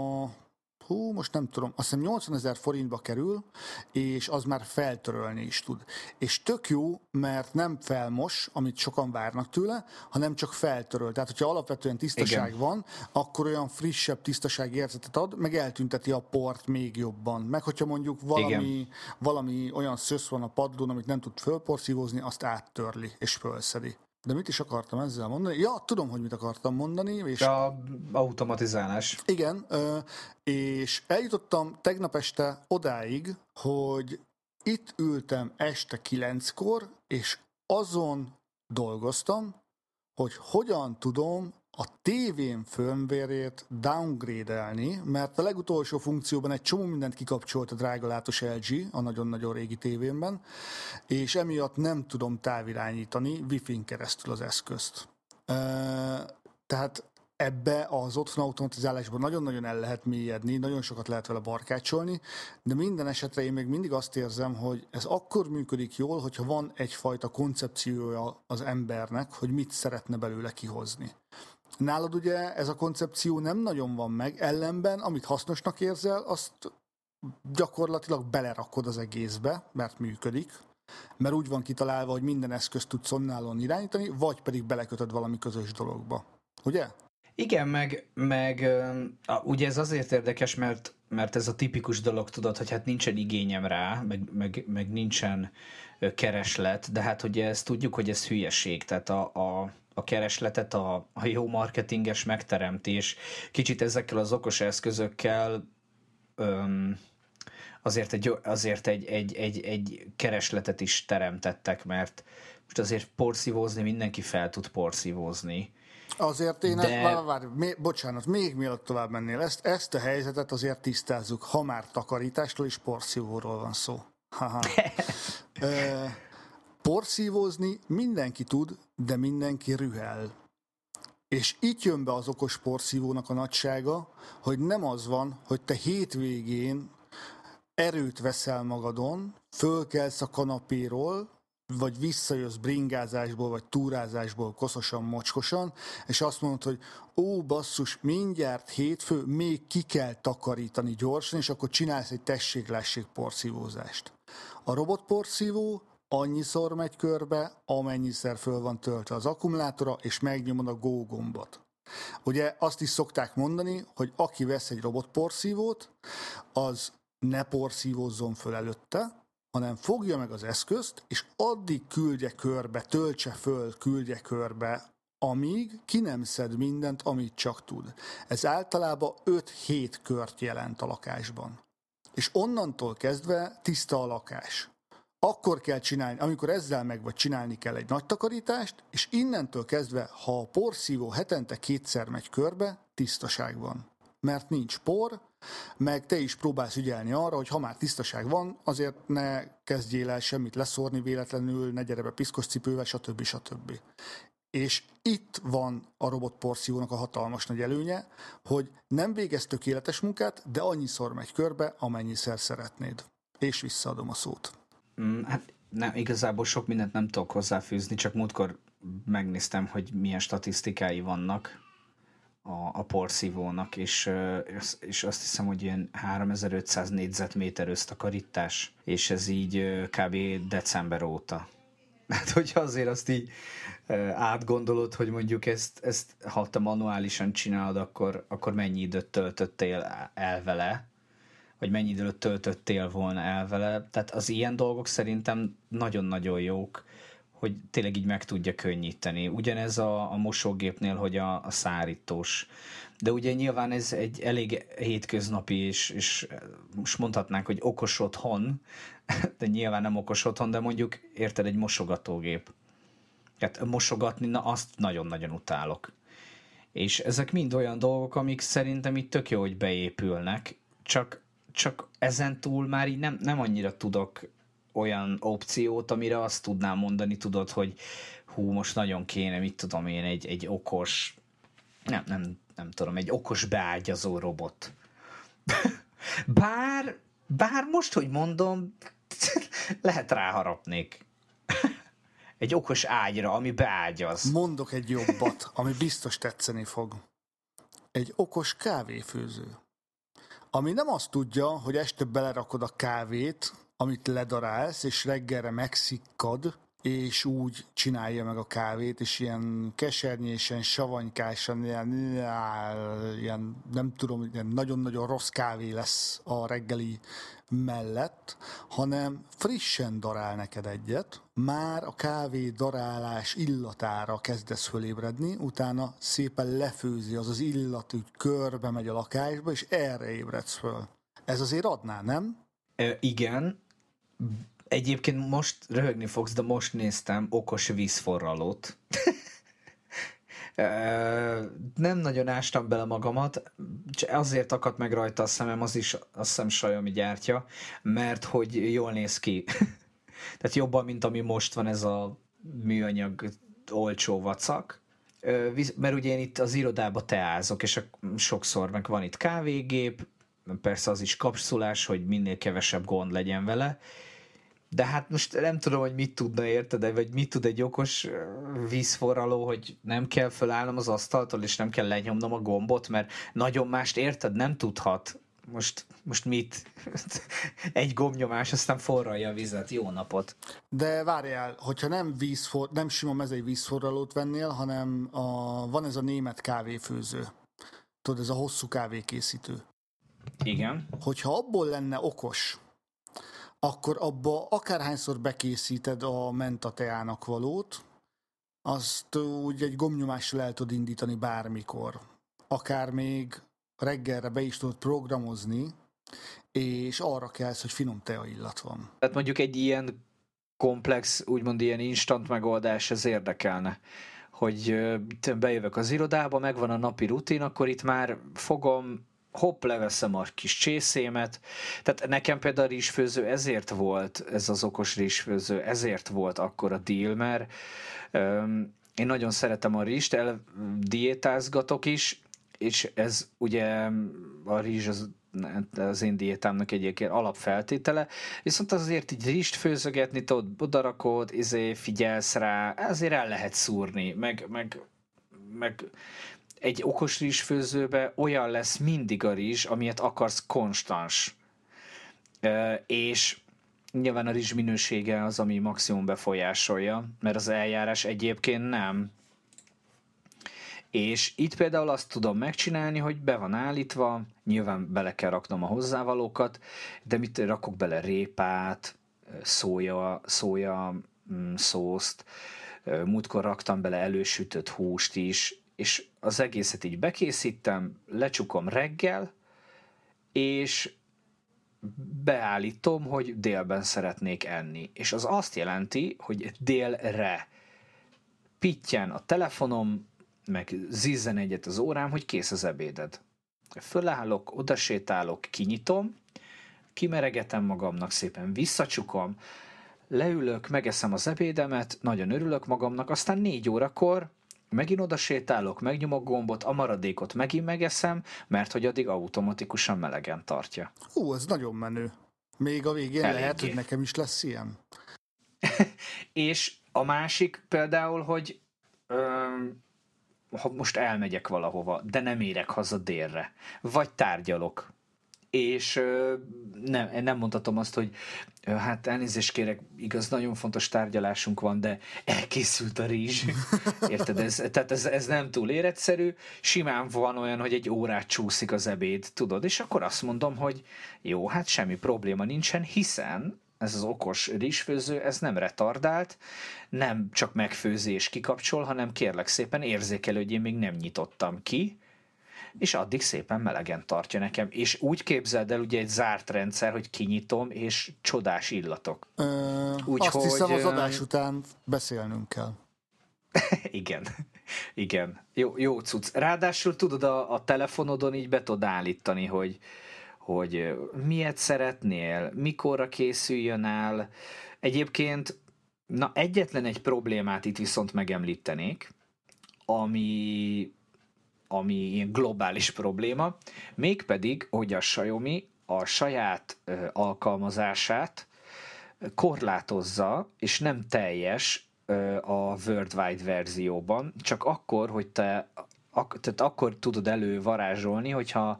most nem tudom, azt hiszem 80 000 forintba kerül, és az már feltörölni is tud. És tök jó, mert nem felmos, amit sokan várnak tőle, hanem csak feltöröl. Tehát, hogyha alapvetően tisztaság Igen. van, akkor olyan frissebb tisztaságérzetet ad, meg eltünteti a port még jobban. Meg hogyha mondjuk valami olyan szösz van a padlón, amit nem tud fölporszívózni, azt áttörli és fölszedi. De mit is akartam ezzel mondani? Ja, tudom, hogy mit akartam mondani. És a automatizálás. Igen, és eljutottam tegnap este odáig, hogy itt ültem este 9-kor, és azon dolgoztam, hogy hogyan tudom a tévém firmware-ét downgrade-elni, mert a legutolsó funkcióban egy csomó mindent kikapcsolt a drágalátos LG, a nagyon-nagyon régi tévémben, és emiatt nem tudom távirányítani Wi-Fi-n keresztül az eszközt. Tehát ebbe az otthon automatizálásban nagyon-nagyon el lehet mélyedni, nagyon sokat lehet vele barkácsolni, de minden esetre én még mindig azt érzem, hogy ez akkor működik jól, hogyha van egyfajta koncepciója az embernek, hogy mit szeretne belőle kihozni. Nálad ugye ez a koncepció nem nagyon van meg, ellenben, amit hasznosnak érzel, azt gyakorlatilag belerakod az egészbe, mert működik, mert úgy van kitalálva, hogy minden eszközt tudsz onnálon irányítani, vagy pedig belekötöd valami közös dologba. Ugye? Igen, meg ugye ez azért érdekes, mert ez a tipikus dolog, tudod, hogy hát nincsen igényem rá, meg nincsen kereslet, de hát ugye ezt tudjuk, hogy ez hülyeség, tehát a keresletet a jó marketinges megteremtés, kicsit ezekkel az okos eszközökkel azért egy keresletet is teremtettek, mert most azért porszívózni mindenki fel tud porszívózni. Azért én, bocsánat, még mielőtt tovább mennél, ezt a helyzetet azért tisztázzuk, ha már takarításról és porszívóról van szó. Porszívózni mindenki tud, de mindenki rühel. És itt jön be az okos porszívónak a nagysága, hogy nem az van, hogy te hétvégén erőt veszel magadon, fölkelsz a kanapéról, vagy visszajössz bringázásból, vagy túrázásból koszosan, mocskosan, és azt mondod, hogy ó, basszus, mindjárt hétfő, még ki kell takarítani gyorsan, és akkor csinálsz egy tessék-lássék porszívózást. A robotporszívó annyiszor megy körbe, amennyiszer föl van töltve az akkumulátora, és megnyomod a go gombot. Ugye azt is szokták mondani, hogy aki vesz egy robotporszívót, az ne porszívózzon föl előtte, hanem fogja meg az eszközt, és addig küldje körbe, töltse föl, küldje körbe, amíg ki nem szed mindent, amit csak tud. Ez általában 5-7 kört jelent a lakásban. És onnantól kezdve tiszta a lakás. Akkor kell csinálni, amikor ezzel meg vagy csinálni kell egy nagy takarítást, és innentől kezdve, ha a porszívó hetente 2-szer megy körbe, tisztaság van. Mert nincs por, meg te is próbálsz ügyelni arra, hogy ha már tisztaság van, azért ne kezdjél el semmit leszórni véletlenül, ne gyere be piszkos cipővel, stb. És itt van a robotporszívónak a hatalmas nagy előnye, hogy nem végez tökéletes munkát, de annyiszor megy körbe, amennyiszer szeretnéd. És visszaadom a szót. Hát igazából sok mindent nem tudok hozzáfűzni, csak múltkor megnéztem, hogy milyen statisztikái vannak a porszívónak, és azt hiszem, hogy ilyen 3500 négyzetméter össztakarítás, és ez így kb. December óta. Hát, hogyha azért azt így átgondolod, hogy mondjuk ezt ha te manuálisan csinálod, akkor mennyi időt töltöttél el vele, vagy mennyi időt töltöttél volna el vele. Tehát az ilyen dolgok szerintem nagyon-nagyon jók, hogy tényleg így meg tudja könnyíteni. Ugyanez a mosógépnél, hogy a szárítós. De ugye nyilván ez egy elég hétköznapi, és most mondhatnánk, hogy okos otthon, de nyilván nem okos otthon, de mondjuk érted, egy mosogatógép. mosogatni, na azt nagyon-nagyon utálok. És ezek mind olyan dolgok, amik szerintem itt tök jó, hogy beépülnek, csak ezen túl már így nem annyira tudok olyan opciót, amire azt tudnám mondani, tudod, hogy hú, most nagyon kéne, mit tudom én, egy okos, nem tudom, egy okos beágyazó robot. Bár most, hogy mondom, lehet ráharapnék. Egy okos ágyra, ami beágyaz. Mondok egy jobbat, ami biztos tetszeni fog. Egy okos kávéfőző. Ami nem azt tudja, hogy este belerakod a kávét, amit ledarálsz, és reggelre megszikkad, és úgy csinálja meg a kávét, és ilyen kesernyésen, savanykásan, ilyen nem tudom, ilyen nagyon-nagyon rossz kávé lesz a reggeli mellett, hanem frissen darál neked egyet, már a kávé darálás illatára kezdesz fölébredni, utána szépen lefőzi, az illat úgy körbe megy a lakásba, és erre ébredsz föl. Ez azért adná, nem? Igen. Egyébként most röhögni fogsz, de most néztem okos vízforralót. Nem nagyon ástam bele magamat, azért akadt meg rajta a szemem, az is azt hiszem Xiaomi gyártja, mert hogy jól néz ki. Tehát jobban, mint ami most van ez a műanyag olcsó vacak. Mert ugye én itt az irodába teázok, és sokszor meg van itt kávégép, persze az is kapszulás, hogy minél kevesebb gond legyen vele, de hát most nem tudom, hogy mit tudna, érted, vagy mit tud egy okos vízforraló, hogy nem kell fölállnom az asztaltól, és nem kell lenyomnom a gombot, mert nagyon mást, érted, nem tudhat. Most mit? Egy gombnyomás, aztán forralja a vizet. Jó napot. De várjál, hogyha nem sima mezei vízforralót vennél, hanem van ez a német kávéfőző. Tudod, ez a hosszú kávékészítő. Igen. Hogyha abból lenne okos, akkor abba akárhányszor bekészíted a menta teának valót, azt úgy egy gombnyomással el tudod indítani bármikor. Akár még reggelre be is tudod programozni, és arra kelsz, hogy finom tea illat van. Tehát mondjuk egy ilyen komplex, úgymond ilyen instant megoldás, ez érdekelne. Hogy bejövök az irodába, megvan a napi rutin, akkor itt már fogom, leveszem a kis csészémet. Tehát nekem például a rizsfőző ezért volt, ez az okos rizsfőző, ezért volt akkor a deal, mert én nagyon szeretem a rizst, diétázgatok is, és ez ugye a rizs az én diétámnak egyébként alapfeltétele, viszont azért így rizst főzögetni, tudod, odarakod, figyelsz rá, azért el lehet szúrni, meg egy okos rizsfőzőbe olyan lesz mindig a rizs, amilyet akarsz, konstans. És nyilván a rizs minősége az, ami maximum befolyásolja, mert az eljárás egyébként nem. És itt például azt tudom megcsinálni, hogy be van állítva, nyilván bele kell raknom a hozzávalókat, de mit rakok bele? Répát, szója szószt, múltkor raktam bele elősütött húst is, és az egészet így bekészítem, lecsukom reggel, és beállítom, hogy délben szeretnék enni. És az azt jelenti, hogy délre pittyen a telefonom, meg zizzen egyet az órám, hogy kész az ebéded. Fölállok, odasétálok, kinyitom, kimeregetem magamnak, szépen visszacsukom, leülök, megeszem az ebédemet, nagyon örülök magamnak, aztán 4 órakor megint odasétálok, megnyomok gombot, a maradékot megint megeszem, mert hogy addig automatikusan melegen tartja. Ez nagyon menő. Még a végén eléggé lehet, hogy nekem is lesz ilyen. És a másik például, hogy ha most elmegyek valahova, de nem érek haza délre, vagy tárgyalok, és nem mondhatom azt, hogy hát elnézést kérek, igaz, nagyon fontos tárgyalásunk van, de elkészült a rizs. Érted? Ez nem túl életszerű. Simán van olyan, hogy 1 órát csúszik az ebéd, tudod, és akkor azt mondom, hogy jó, hát semmi probléma nincsen, hiszen ez az okos rizsfőző, ez nem retardált, nem csak megfőzi és kikapcsol, hanem kérlek szépen érzékelő, hogy én még nem nyitottam ki, és addig szépen melegen tartja nekem. És úgy képzeld el, ugye egy zárt rendszer, hogy kinyitom, és csodás illatok. Azt hiszem, az adás után beszélnünk kell. Igen. Igen. Jó cucc. Ráadásul tudod, a telefonodon így be tudod állítani, hogy miért szeretnél, mikorra készüljön el. Egyébként, egyetlen egy problémát itt viszont megemlítenék, ami ilyen globális probléma, mégpedig, hogy a Xiaomi a saját alkalmazását korlátozza, és nem teljes a worldwide verzióban, csak akkor, hogy tehát akkor tudod elővarázsolni, hogyha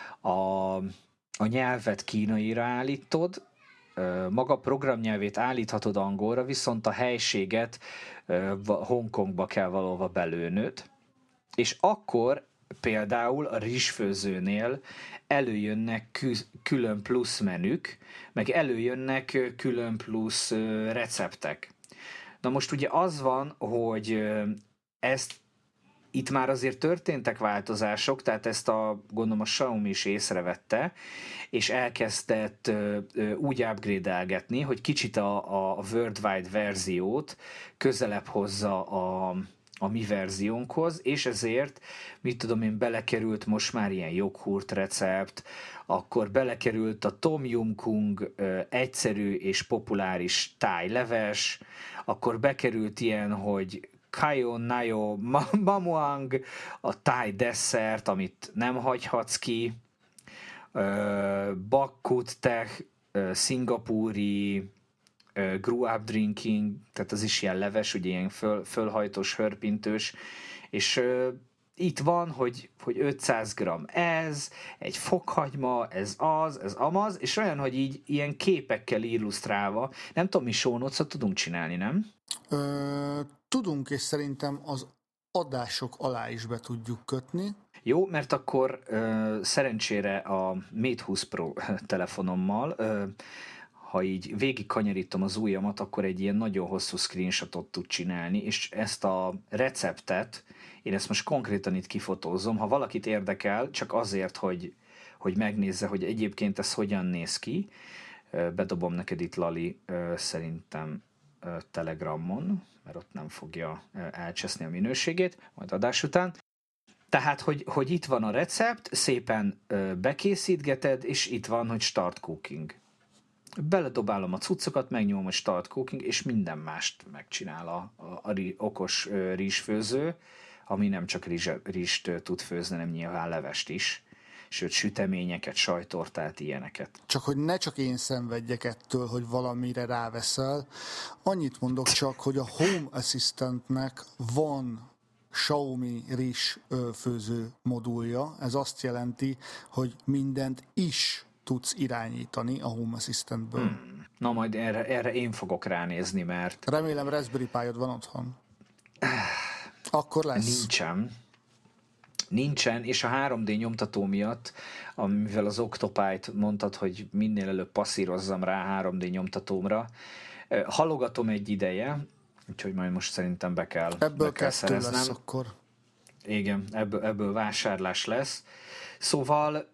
a nyelvet kínaira állítod, maga a programnyelvét állíthatod angolra, viszont a helységet Hongkongba kell valahova belőnöd, és akkor például a rizsfőzőnél előjönnek külön plusz menük, meg előjönnek külön plusz receptek. Na most ugye az van, hogy itt már azért történtek változások, tehát ezt gondolom a Xiaomi is észrevette, és elkezdett úgy upgrade-elgetni, hogy kicsit a worldwide verziót közelebb hozza a mi verziónkhoz, és ezért, mit tudom én, belekerült most már ilyen joghurt recept, akkor belekerült a Tom Yum Kung egyszerű és populáris tájleves, akkor bekerült ilyen, hogy Kayo Nayo Mamuang, a táj desszert, amit nem hagyhatsz ki, Bakkut Tech, szingapúri, grew up drinking, tehát az is ilyen leves, ugye ilyen fölhajtós, hörpintős, és itt van, hogy 500 g ez, egy fokhagyma, ez amaz, és olyan, hogy így ilyen képekkel illusztrálva, nem tudom, mi show notes-ot tudunk csinálni, nem? Tudunk, és szerintem az adások alá is be tudjuk kötni. Jó, mert akkor szerencsére a Mate 20 Pro telefonommal, ha így végig kanyarítom az ujjamat, akkor egy ilyen nagyon hosszú screenshotot tud csinálni, és ezt a receptet, én ezt most konkrétan itt kifotózom, ha valakit érdekel, csak azért, hogy megnézze, hogy egyébként ez hogyan néz ki, bedobom neked itt, Lali, szerintem Telegramon, mert ott nem fogja elcseszni a minőségét, majd adás után. Tehát, hogy itt van a recept, szépen bekészítgeted, és itt van, hogy start cooking. Beledobálom a cuccokat, megnyomom, hogy start cooking, és minden mást megcsinál a okos rizsfőző, ami nem csak rizst tud főzni, hanem nyilván levest is. Sőt, süteményeket, sajtortát, ilyeneket. Csak hogy ne csak én szenvedjek ettől, hogy valamire ráveszel. Annyit mondok csak, hogy a Home Assistantnek van Xiaomi rizs főző modulja. Ez azt jelenti, hogy mindent is tudsz irányítani a Home Assistantből. Na majd erre én fogok ránézni, mert... Remélem Raspberry Pi-od van otthon. Akkor lesz. Nincsen, és a 3D nyomtató miatt, amivel az Octopi-t mondtad, hogy minél előbb passzírozzam rá 3D nyomtatómra, halogatom egy ideje, úgyhogy majd most szerintem be kell szereznem. Lesz akkor. Igen, ebből vásárlás lesz. Szóval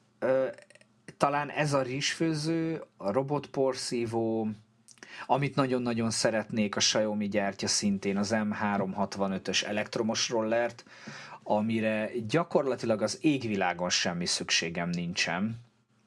talán ez a rizsfőző, a robotporszívó, amit nagyon-nagyon szeretnék, a Xiaomi gyártja szintén az M365-ös elektromos rollert, amire gyakorlatilag az égvilágon semmi szükségem nincsen.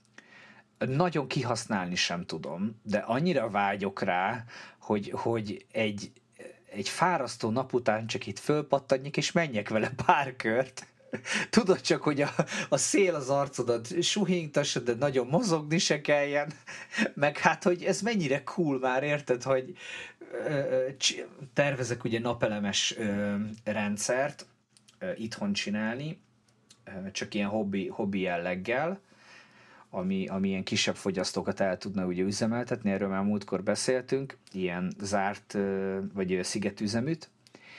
Nagyon kihasználni sem tudom, de annyira vágyok rá, hogy egy fárasztó nap után csak itt fölpattanjak, és menjek vele pár kört. Tudod csak, hogy a szél az arcodat suhintassa, de nagyon mozogni se kelljen. Meg hát, hogy ez mennyire cool már, érted, hogy tervezek ugye napelemes rendszert itthon csinálni, csak ilyen hobbi jelleggel, ami ilyen kisebb fogyasztókat el tudna ugye üzemeltetni, erről már múltkor beszéltünk, ilyen zárt vagy szigetüzeműt,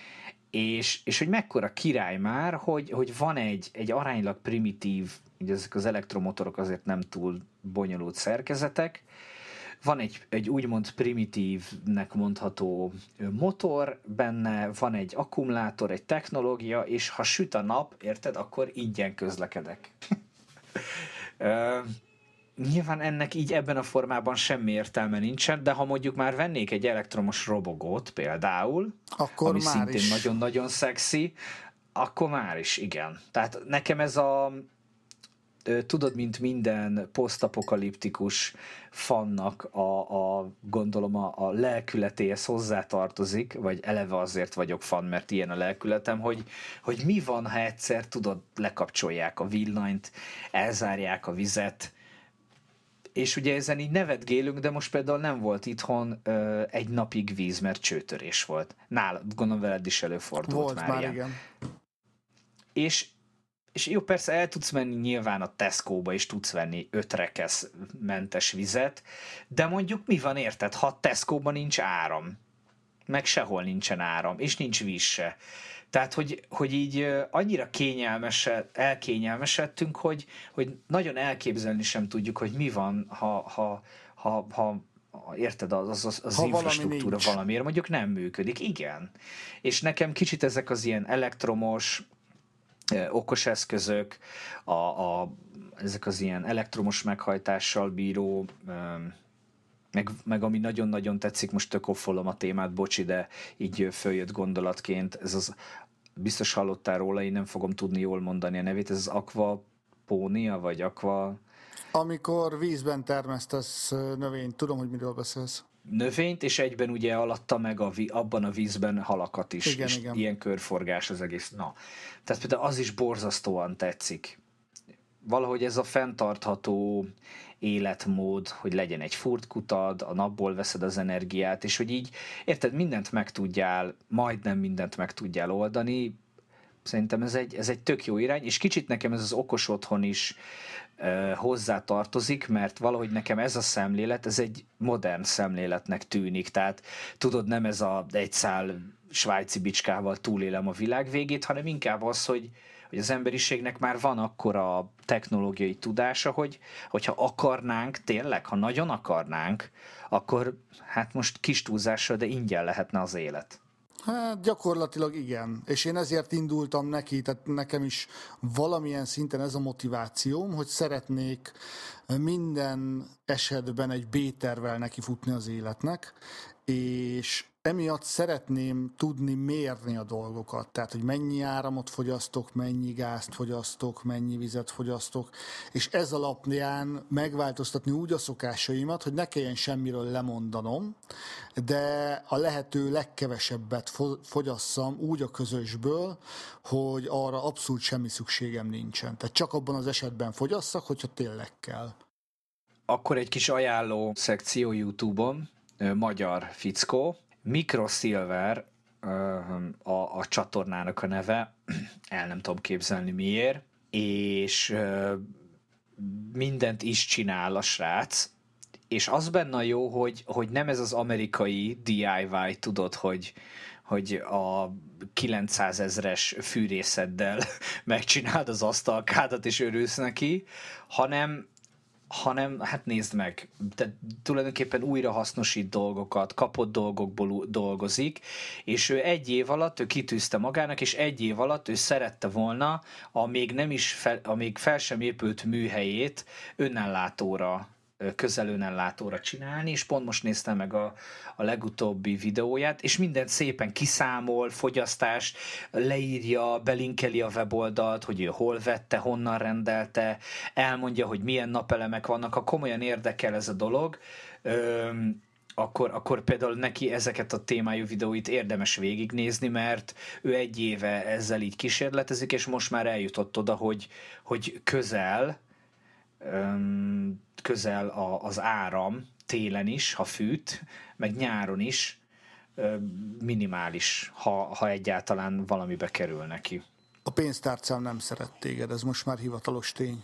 és hogy mekkora király már, hogy van egy aránylag primitív, ugye ezek az elektromotorok azért nem túl bonyolult szerkezetek, van egy úgymond primitívnek mondható motor benne, van egy akkumulátor, egy technológia, és ha süt a nap, érted, akkor ingyen közlekedek. nyilván ennek így ebben a formában semmi értelme nincsen, de ha mondjuk már vennék egy elektromos robogót például, akkor ami már szintén is nagyon-nagyon szexi, akkor már is, igen. Tehát nekem ez tudod, mint minden posztapokaliptikus fannak gondolom a lelkületéhez hozzátartozik, vagy eleve azért vagyok fan, mert ilyen a lelkületem, hogy mi van, ha egyszer, tudod, lekapcsolják a villanyt, elzárják a vizet, és ugye ezen így nevetgélünk, de most például nem volt itthon egy napig víz, mert csőtörés volt. Gondolom veled is előfordult volt már ilyen. igen. És jó, persze el tudsz menni nyilván a Tesco-ba, és tudsz venni 5 rekesz mentes vizet, de mondjuk mi van, érted, ha a Tesco-ban nincs áram, meg sehol nincsen áram, és nincs víz se. Tehát, hogy így annyira elkényelmesedtünk, hogy nagyon elképzelni sem tudjuk, hogy mi van, ha érted, az infrastruktúra valamiért mondjuk nem működik. Igen. És nekem kicsit ezek az ilyen elektromos, okos eszközök, ezek az ilyen elektromos meghajtással bíró, meg ami nagyon-nagyon tetszik, most tök offolom a témát, bocsi, de így följött gondolatként, biztos hallottál róla, én nem fogom tudni jól mondani a nevét, ez az aquaponia, vagy amikor vízben termesztesz növényt, tudom, hogy miről beszélsz. Növényt, és egyben ugye alatta meg abban a vízben halakat is, igen, és igen. Ilyen körforgás az egész. Na, tehát például az is borzasztóan tetszik. Valahogy ez a fenntartható életmód, hogy legyen egy furtkutad, a napból veszed az energiát, és hogy így, érted, majdnem mindent meg tudjál oldani. Szerintem ez egy tök jó irány, és kicsit nekem ez az okos otthon is hozzá tartozik, mert valahogy nekem ez a szemlélet, ez egy modern szemléletnek tűnik, tehát tudod, nem ez egy szál svájci bicskával túlélem a világ végét, hanem inkább az, hogy az emberiségnek már van akkora technológiai tudása, hogyha akarnánk, tényleg, ha nagyon akarnánk, akkor hát most kis túlzással, de ingyen lehetne az élet. Hát gyakorlatilag igen, és én ezért indultam neki, tehát nekem is valamilyen szinten ez a motivációm, hogy szeretnék minden esetben egy B-tervvel nekifutni az életnek, és emiatt szeretném tudni mérni a dolgokat, tehát hogy mennyi áramot fogyasztok, mennyi gázt fogyasztok, mennyi vizet fogyasztok, és ez alapján megváltoztatni úgy a szokásaimat, hogy ne kelljen semmiről lemondanom, de a lehető legkevesebbet fogyasszam úgy a közösből, hogy arra abszolút semmi szükségem nincsen. Tehát csak abban az esetben fogyasszak, hogyha tényleg kell. Akkor egy kis ajánló szekció YouTube-on, magyar fickó, Mikrosilver a csatornának a neve, el nem tudom képzelni miért, és mindent is csinál a srác, és az benne jó, hogy nem ez az amerikai DIY, tudod, hogy a 900 000-es fűrészeddel megcsináld az asztalkádat és örülsz neki, hanem hát nézd meg, de tulajdonképpen újra hasznosít dolgokat, kapott dolgokból dolgozik, és ő egy év alatt, ő kitűzte magának, és egy év alatt ő szerette volna a még fel sem épült műhelyét közelönellátóra csinálni, és pont most néztem meg a legutóbbi videóját, és mindent szépen kiszámol, fogyasztást, leírja, belinkeli a weboldalt, hogy ő hol vette, honnan rendelte, elmondja, hogy milyen napelemek vannak, ha komolyan érdekel ez a dolog, akkor például neki ezeket a témájú videóit érdemes végignézni, mert ő egy éve ezzel így kísérletezik, és most már eljutott oda, hogy közel az áram télen is, ha fűt, meg nyáron is minimális, ha egyáltalán valamibe kerül neki. A pénztárcám nem szeret téged, ez most már hivatalos tény.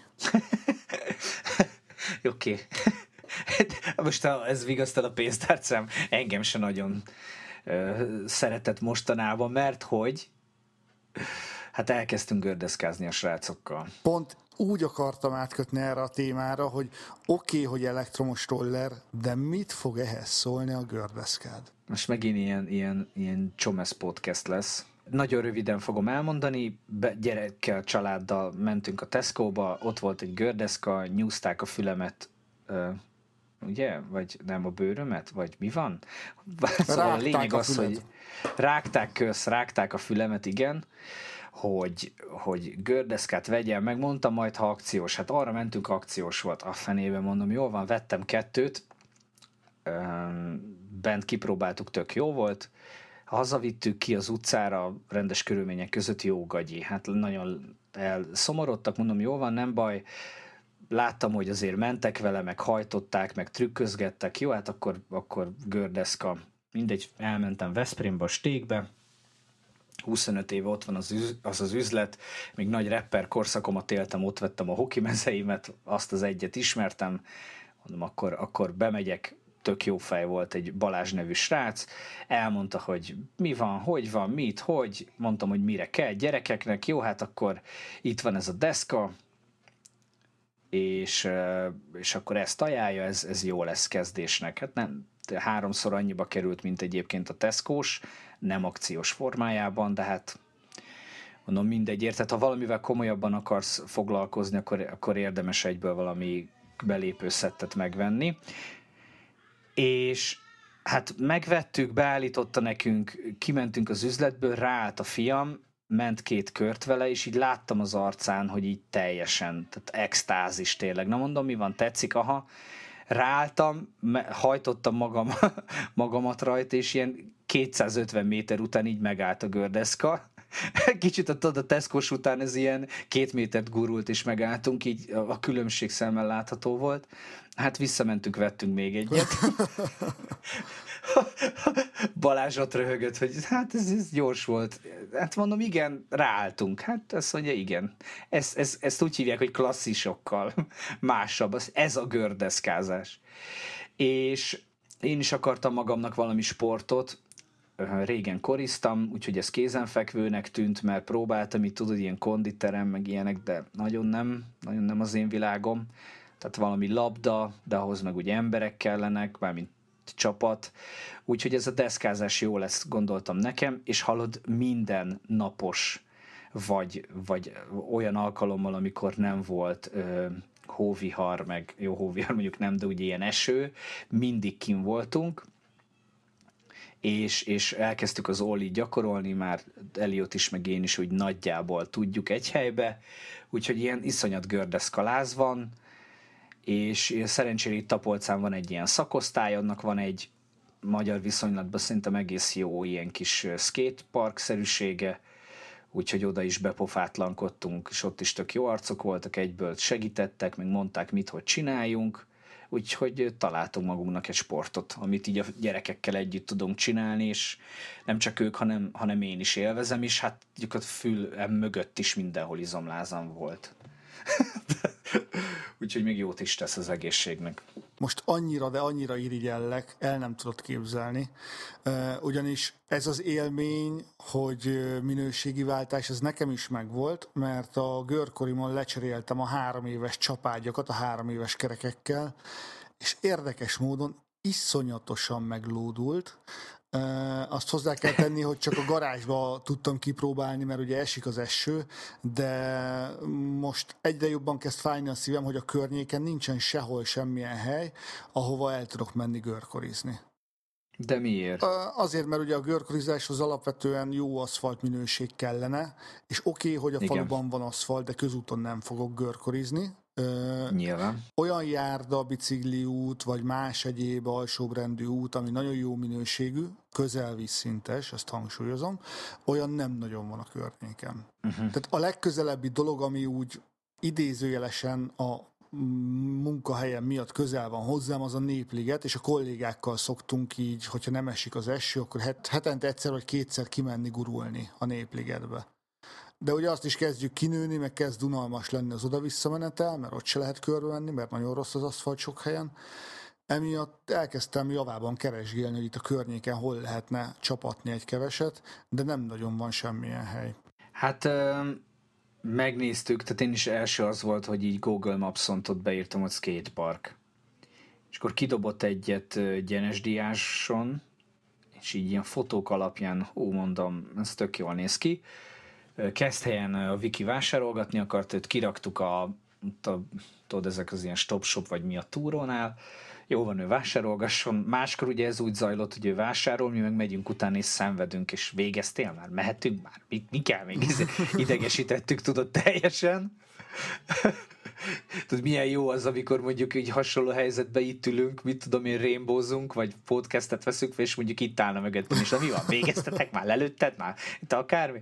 Oké. Most ez vigasztal a pénztárcám, engem se nagyon szeretett mostanában, mert hogy hát elkezdtünk gördeszkázni a srácokkal. Pont úgy akartam átkötni erre a témára, hogy oké, hogy elektromos roller, de mit fog ehhez szólni a gördeszkád? Most megint ilyen csomesz podcast lesz. Nagyon röviden fogom elmondani, gyerekkel, családdal mentünk a Tesco-ba, ott volt egy gördeszka, nyúzták a fülemet ugye? Vagy nem a bőrömet? Vagy mi van? Szóval a lényeg az, hogy rágták a fülemet, igen, hogy gördeszkát vegyem, megmondtam majd, ha akciós. Hát arra mentünk, akciós volt. A fenébe mondom, jól van, vettem 2, bent kipróbáltuk, tök jó volt, hazavittük ki az utcára, rendes körülmények között, jó gagyi. Hát nagyon elszomorodtak, mondom, jól van, nem baj, láttam, hogy azért mentek vele, meg hajtották, meg trükközgettek, jó, hát akkor gördeszka. Mindegy, elmentem Veszprémbe, a Stégbe, 25 éve ott van az üzlet, még nagy rapper korszakomat éltem, ott vettem a hokimezeimet, azt az egyet ismertem, mondom, akkor bemegyek, tök jó fej volt, egy Balázs nevű srác, elmondta, hogy mi van, mit, hogy, mondtam, hogy mire kell gyerekeknek, jó, hát akkor itt van ez a deszka, és akkor ezt ajánlja, ez jó lesz kezdésnek. Hát nem, 3-szor annyiba került, mint egyébként a Tesco-s, nem akciós formájában, de hát mondom, mindegy, érted, ha valamivel komolyabban akarsz foglalkozni, akkor érdemes egyből valami belépő szettet megvenni. És hát megvettük, beállította nekünk, kimentünk az üzletből, ráállt a fiam, ment 2 kört vele, és így láttam az arcán, hogy így teljesen, tehát extázis tényleg. Na mondom, mi van, tetszik? Aha. Ráálltam, hajtottam magamat rajta, és ilyen 250 méter után így megállt a gördeszka. Kicsit a Tesco-s után ez ilyen 2 métert gurult, és megálltunk, így a különbség szemmel látható volt. Hát visszamentünk, vettünk még egyet. Balázs ott röhögött, hogy hát ez gyors volt. Hát mondom, igen, ráálltunk. Hát azt mondja, igen. Ezt úgy hívják, hogy klasszisokkal. Másabb. Ez a gördeszkázás. És én is akartam magamnak valami sportot. Régen koriztam, úgyhogy ez kézenfekvőnek tűnt, mert próbáltam, itt tudod, ilyen konditerem, meg ilyenek, de nagyon nem az én világom. Tehát valami labda, de ahhoz meg ugye emberek kellenek, mármint csapat. Úgyhogy ez a deszkázás jó lesz, gondoltam nekem, és hallod, minden napos, vagy olyan alkalommal, amikor nem volt hóvihar, meg jó, hóvihar mondjuk nem, de ugye ilyen eső, mindig kim voltunk, és elkezdtük az ollit gyakorolni, már Eliott is, meg én is úgy nagyjából tudjuk egy helybe, úgyhogy ilyen iszonyat gördeszkaláz van, és szerencsére itt Tapolcán van egy ilyen szakosztály, annak van egy magyar viszonylatban szerintem egész jó ilyen kis skatepark-szerűsége, úgyhogy oda is bepofátlankodtunk, és ott is tök jó arcok voltak, egyből segítettek, meg mondták mit, hogy csináljunk, úgyhogy találtunk magunknak egy sportot, amit így a gyerekekkel együtt tudunk csinálni, és nem csak ők, hanem én is élvezem, és hát a fülem mögött is mindenhol izomlázam volt. Úgyhogy még jót is tesz az egészségnek. Most annyira irigyellek, el nem tudod képzelni, ugyanis ez az élmény, hogy minőségi váltás, ez nekem is megvolt, mert a görkorimon lecseréltem a 3 éves csapágyakat a 3 éves kerekekkel, és érdekes módon iszonyatosan meglódult. Azt hozzá kell tenni, hogy csak a garázsba tudtam kipróbálni, mert ugye esik az eső, de most egyre jobban kezd fájni a szívem, hogy a környéken nincsen sehol semmilyen hely, ahova el tudok menni görkorizni. De miért? Azért, mert ugye a görkorizáshoz alapvetően jó aszfalt minőség kellene, és oké, hogy a faluban van aszfalt, de közúton nem fogok görkorizni. Nyilván. Olyan járda, bicikliút, vagy más egyéb alsóbrendű út, ami nagyon jó minőségű, közelvízszintes, ezt hangsúlyozom, olyan nem nagyon van a környéken. Tehát a legközelebbi dolog, ami úgy idézőjelesen a munkahelyem miatt közel van hozzám, az a Népliget, és a kollégákkal szoktunk így, hogyha nem esik az eső, akkor hetente egyszer vagy kétszer kimenni gurulni a Népligetbe. De ugye azt is kezdjük kinőni, meg kezd unalmas lenni az oda-visszamenetel, mert ott se lehet körbe menni, mert nagyon rossz az aszfalt sok helyen. Emiatt elkezdtem javában keresgélni, hogy itt a környéken hol lehetne csapatni egy keveset, de nem nagyon van semmilyen hely. Hát megnéztük, tehát én is első az volt, hogy így Google Maps-on ott beírtam, hogy skatepark. És akkor kidobott egyet Gyenesdiáson, és így ilyen fotók alapján, mondom, ez tök jól néz ki. Keszthelyen a Viki vásárolgatni akart, őt kiraktuk a tudod, ezek az ilyen stop-shop, vagy mi a túrónál, jó van, ő vásárolgasson. Máskor ugye ez úgy zajlott, hogy ő vásárol, mi meg megyünk utána és szenvedünk, és végeztél már? Mehetünk már? Mi kell még? Idegesítettük, tudod, teljesen. Tudod, milyen jó az, amikor mondjuk így hasonló helyzetben itt ülünk, mit tudom én, rainbowzunk, vagy podcastet veszünk, és mondjuk itt állna mögöttünk, és mi van, végeztetek már, lelőtted már, itt akármi?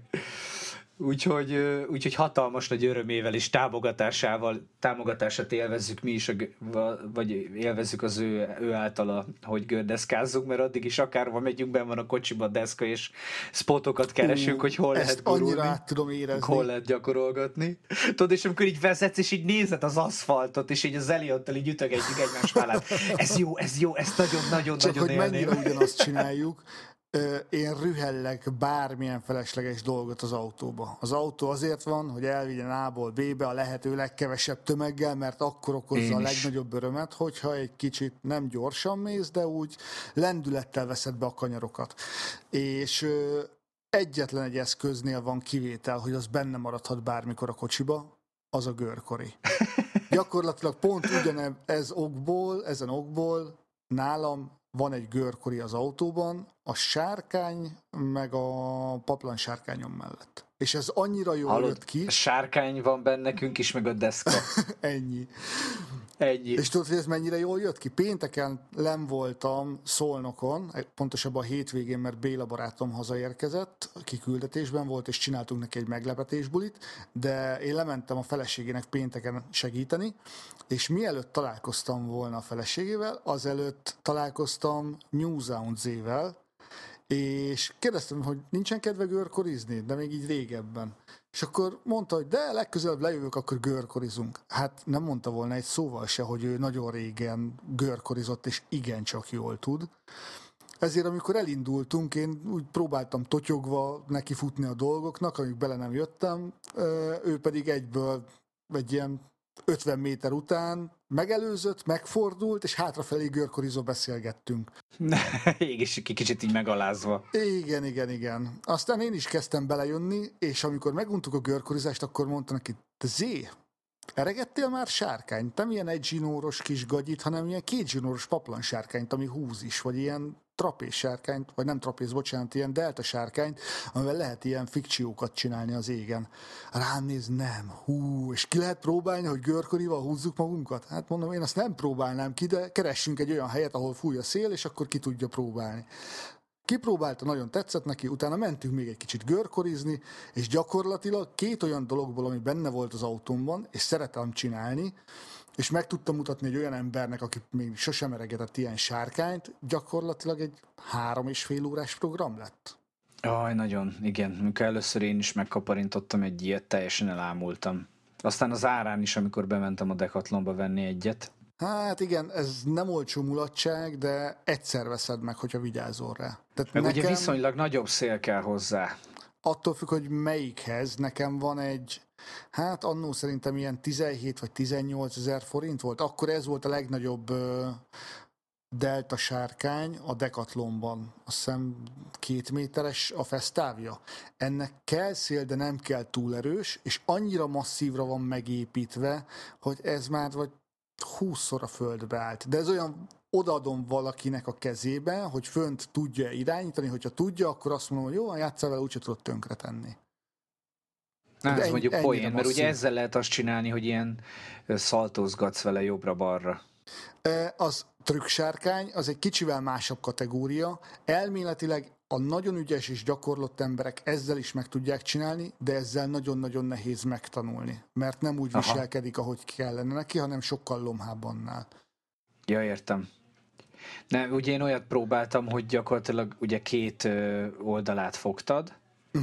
Úgyhogy hatalmas nagy örömével és támogatását élvezzük mi is, vagy élvezzük az ő általa, hogy gördeszkázzunk, mert addig is akárhol megyünk, benn van a kocsiba a deszka, és spotokat keresünk, hogy hol lehet gurulni, hol lehet gyakorolgatni. Tudod, és amikor így vezetsz, és így nézed az aszfaltot, és így az Eliottal így ütögetjük egymás vállát. Ez jó, ezt nagyon-nagyon csak hogy élném. mennyire ugyanazt csináljuk. Én rühellek bármilyen felesleges dolgot az autóba. Az autó azért van, hogy elvigyen A-ból B-be a lehető legkevesebb tömeggel, mert akkor okozza a legnagyobb örömet, hogyha egy kicsit nem gyorsan mész, de úgy lendülettel veszed be a kanyarokat. És egyetlen egy eszköznél van kivétel, hogy az benne maradhat bármikor a kocsiba, az a görkori. Gyakorlatilag pont ezen okból nálam van egy görkori az autóban, a sárkány, meg a paplansárkányom mellett. És ez annyira jól jött ki. A sárkány van benne, nekünk is, meg a deszka. Ennyi. És tudod, hogy ez mennyire jól jött ki? Pénteken lenn voltam Szolnokon, pontosabban a hétvégén, mert Béla barátom hazaérkezett, kiküldetésben volt, és csináltunk neki egy meglepetésbulit, de én lementem a feleségének pénteken segíteni, és mielőtt találkoztam volna a feleségével, azelőtt találkoztam New Sound Z-vel, és kérdeztem, hogy nincsen kedve görkorizni, de még így régebben. És akkor mondta, hogy de legközelebb lejövök, akkor görkorizunk. Hát nem mondta volna egy szóval se, hogy ő nagyon régen görkorizott, és igencsak jól tud. Ezért amikor elindultunk, én úgy próbáltam totyogva neki futni a dolgoknak, amíg bele nem jöttem, ő pedig egyből egy ilyen 50 méter után megelőzött, megfordult, és hátrafelé görkorizó beszélgettünk. És kicsit így megalázva. Igen. Aztán én is kezdtem belejönni, és amikor meguntuk a görkorizást, akkor mondta neki, te Zé, eregettél már sárkányt? Nem ilyen egy zsinóros kis gagyit, hanem ilyen 2 zsinóros paplansárkányt, ami húz is, vagy ilyen trapéz sárkányt, vagy nem trapéz, bocsánat, ilyen delta sárkányt, amivel lehet ilyen fikciókat csinálni az égen. Rám néz, nem, és ki lehet próbálni, hogy görkorival húzzuk magunkat? Hát mondom, én azt nem próbálnám ki, de keressünk egy olyan helyet, ahol fúj a szél, és akkor ki tudja próbálni. Kipróbálta, nagyon tetszett neki, utána mentünk még egy kicsit görkorizni, és gyakorlatilag 2 olyan dologból, ami benne volt az autómban, és szeretem csinálni, és meg tudtam mutatni egy olyan embernek, aki még sosem eregetett ilyen sárkányt, gyakorlatilag egy 3,5 órás program lett. Nagyon, igen. Amikor először én is megkaparintottam egy ilyet, teljesen elámultam. Aztán az árán is, amikor bementem a Decathlonba venni egyet. Hát igen, ez nem olcsó mulatság, de egyszer veszed meg, hogyha vigyázol rá. Tehát meg ugye viszonylag nagyobb szél kell hozzá. Attól függ, hogy melyikhez. Nekem van egy, hát annó szerintem ilyen 17 vagy 18 ezer forint volt. Akkor ez volt a legnagyobb delta sárkány a Decathlonban. Azt hiszem 2 méteres a fesztávja. Ennek kell szél, de nem kell túl erős, és annyira masszívra van megépítve, hogy ez már vagy 20-szor a földbe állt. De ez olyan, odaadom valakinek a kezébe, hogy fönt tudja irányítani, hogyha tudja, akkor azt mondom, hogy jó, játsszál vele, úgyse tudod tönkretenni. Ez mondjuk poén, mert ugye ezzel lehet azt csinálni, hogy ilyen szaltózgatsz vele jobbra-balra. Az trükksárkány, az egy kicsivel másabb kategória. Elméletileg a nagyon ügyes és gyakorlott emberek ezzel is meg tudják csinálni, de ezzel nagyon-nagyon nehéz megtanulni. Mert nem úgy viselkedik, ahogy kellene neki, hanem sokkal lomhább annál. Ja, értem. Nem, ugye én olyat próbáltam, hogy gyakorlatilag ugye 2 oldalát fogtad,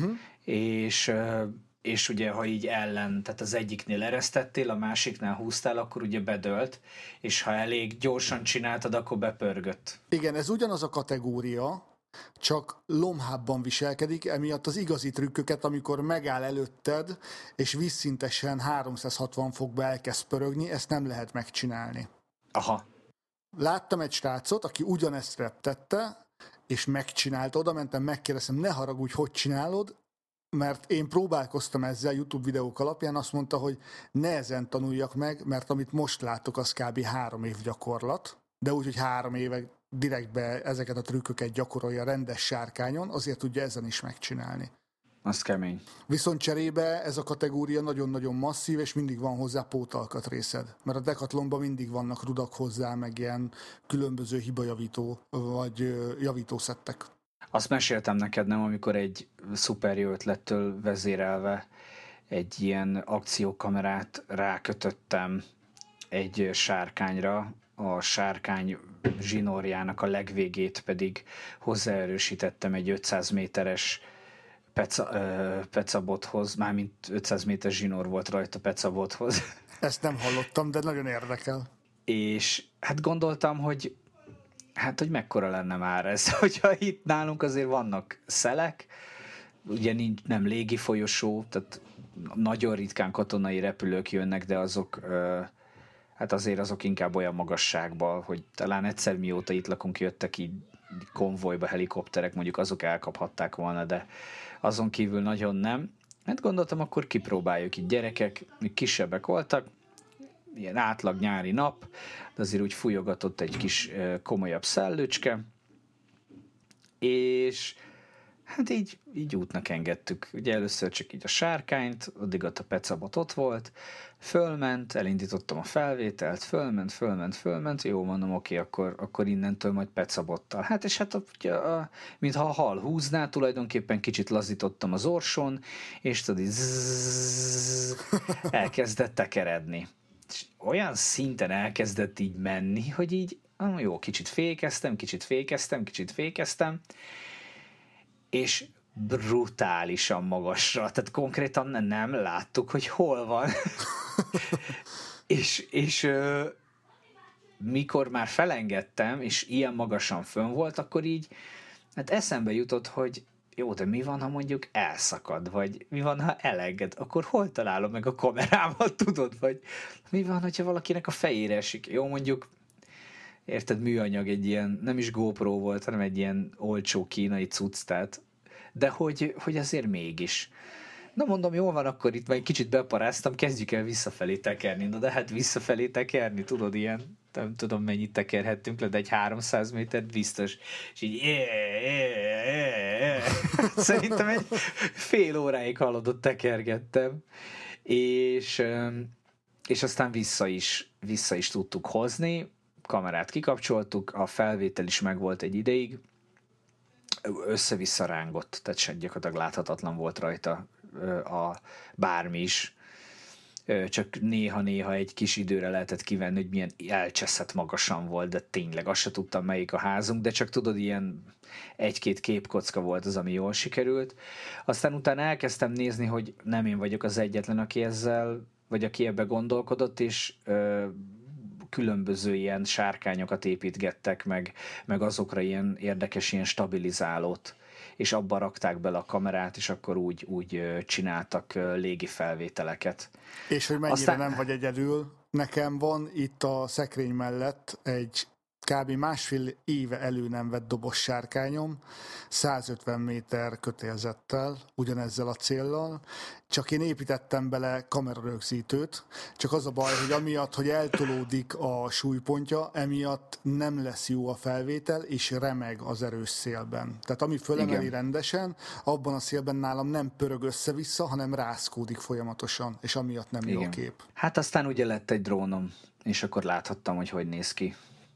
és ugye ha így tehát az egyiknél eresztettél, a másiknál húztál, akkor ugye bedölt, és ha elég gyorsan csináltad, akkor bepörgött. Igen, ez ugyanaz a kategória, csak lomhábban viselkedik, emiatt az igazi trükköket, amikor megáll előtted, és vízszintesen 360 fokba elkezd pörögni, ezt nem lehet megcsinálni. Aha. Láttam egy srácot, aki ugyanezt reptette, és megcsinálta, oda mentem, megkérdeztem, ne haragudj, hogy csinálod, mert én próbálkoztam ezzel YouTube videók alapján, azt mondta, hogy nehezen tanuljak meg, mert amit most látok, az kb. 3 év gyakorlat, de úgy, hogy 3 éve direktbe ezeket a trükköket gyakorolja rendes sárkányon, azért tudja ezen is megcsinálni. Az kemény. Viszont cserébe ez a kategória nagyon-nagyon masszív, és mindig van hozzá pótalkatrészed. Mert a Decathlonban mindig vannak rudak hozzá, meg ilyen különböző hibajavító, vagy javítószettek. Azt meséltem neked, nem, amikor egy szuper jó ötlettől vezérelve egy ilyen akciókamerát rákötöttem egy sárkányra, a sárkány zsinórjának a legvégét pedig hozzáerősítettem egy 500 méteres pecabothoz, mármint 500 méter zsinór volt rajta pecabothoz. Ezt nem hallottam, de nagyon érdekel. És hát gondoltam, hogy mekkora lenne már ez, hogyha itt nálunk azért vannak szelek, ugye nem légi folyosó, tehát nagyon ritkán katonai repülők jönnek, de azok hát azért azok inkább olyan magasságban, hogy talán egyszer mióta itt lakunk, jöttek így konvojba helikopterek, mondjuk azok elkaphatták volna, de azon kívül nagyon nem. Hát gondoltam, akkor kipróbáljuk itt gyerekek, még kisebbek voltak, ilyen átlag nyári nap, de azért úgy fújogatott egy kis komolyabb szellőcske, és hát így útnak engedtük. Ugye először csak így a sárkányt, addig ott a pecabot ott volt, fölment, elindítottam a felvételt, fölment, jó, mondom, oké, akkor innentől majd pecabottal. Hát és hát mintha a hal húzná, tulajdonképpen kicsit lazítottam az orson, és tudod, így elkezdett tekeredni. És olyan szinten elkezdett így menni, hogy így, jó, kicsit fékeztem, és brutálisan magasra, tehát konkrétan nem láttuk, hogy hol van. és mikor már felengedtem, és ilyen magasan fönn volt, akkor így hát eszembe jutott, hogy jó, de mi van, ha mondjuk elszakad, vagy mi van, ha elenged, akkor hol találom meg a kamerámat, tudod, vagy mi van, hogyha valakinek a fejére esik. Jó, mondjuk érted, műanyag egy ilyen, nem is GoPro volt, hanem egy ilyen olcsó kínai cucc, tehát, de hogy azért mégis. Na mondom, jól van, akkor itt majd kicsit beparáztam, kezdjük el visszafelé tekerni. Na de hát visszafelé tekerni, tudod, ilyen, nem tudom mennyit tekerhettünk le, de egy 300 métert biztos. És így szerintem egy fél óráig haladott tekergettem. És aztán vissza is tudtuk hozni, kamerát kikapcsoltuk, a felvétel is megvolt egy ideig, össze-vissza rángott, tehát gyakorlatilag láthatatlan volt rajta bármi is, csak néha-néha egy kis időre lehetett kivenni, hogy milyen elcseszett magasan volt, de tényleg azt se tudtam, melyik a házunk, de csak tudod, ilyen 1-2 képkocka volt az, ami jól sikerült. Aztán utána elkezdtem nézni, hogy nem én vagyok az egyetlen, aki ezzel, vagy aki ebbe gondolkodott, és különböző ilyen sárkányokat építgettek, meg azokra ilyen érdekes ilyen stabilizálót, és abba rakták bele a kamerát, és akkor úgy csináltak légi felvételeket. És hogy mennyire nem vagy egyedül, nekem van itt a szekrény mellett egy kb. 1,5 éve elő nem vett dobos sárkányom, 150 méter kötélzettel, ugyanezzel a céllal, csak én építettem bele kamerarögzítőt, csak az a baj, hogy amiatt, hogy eltolódik a súlypontja, emiatt nem lesz jó a felvétel, és remeg az erős szélben. Tehát ami fölemeli rendesen, abban a szélben nálam nem pörög össze-vissza, hanem rázkódik folyamatosan, és amiatt nem jó a kép. Hát aztán ugye lett egy drónom, és akkor láthattam, hogy néz ki.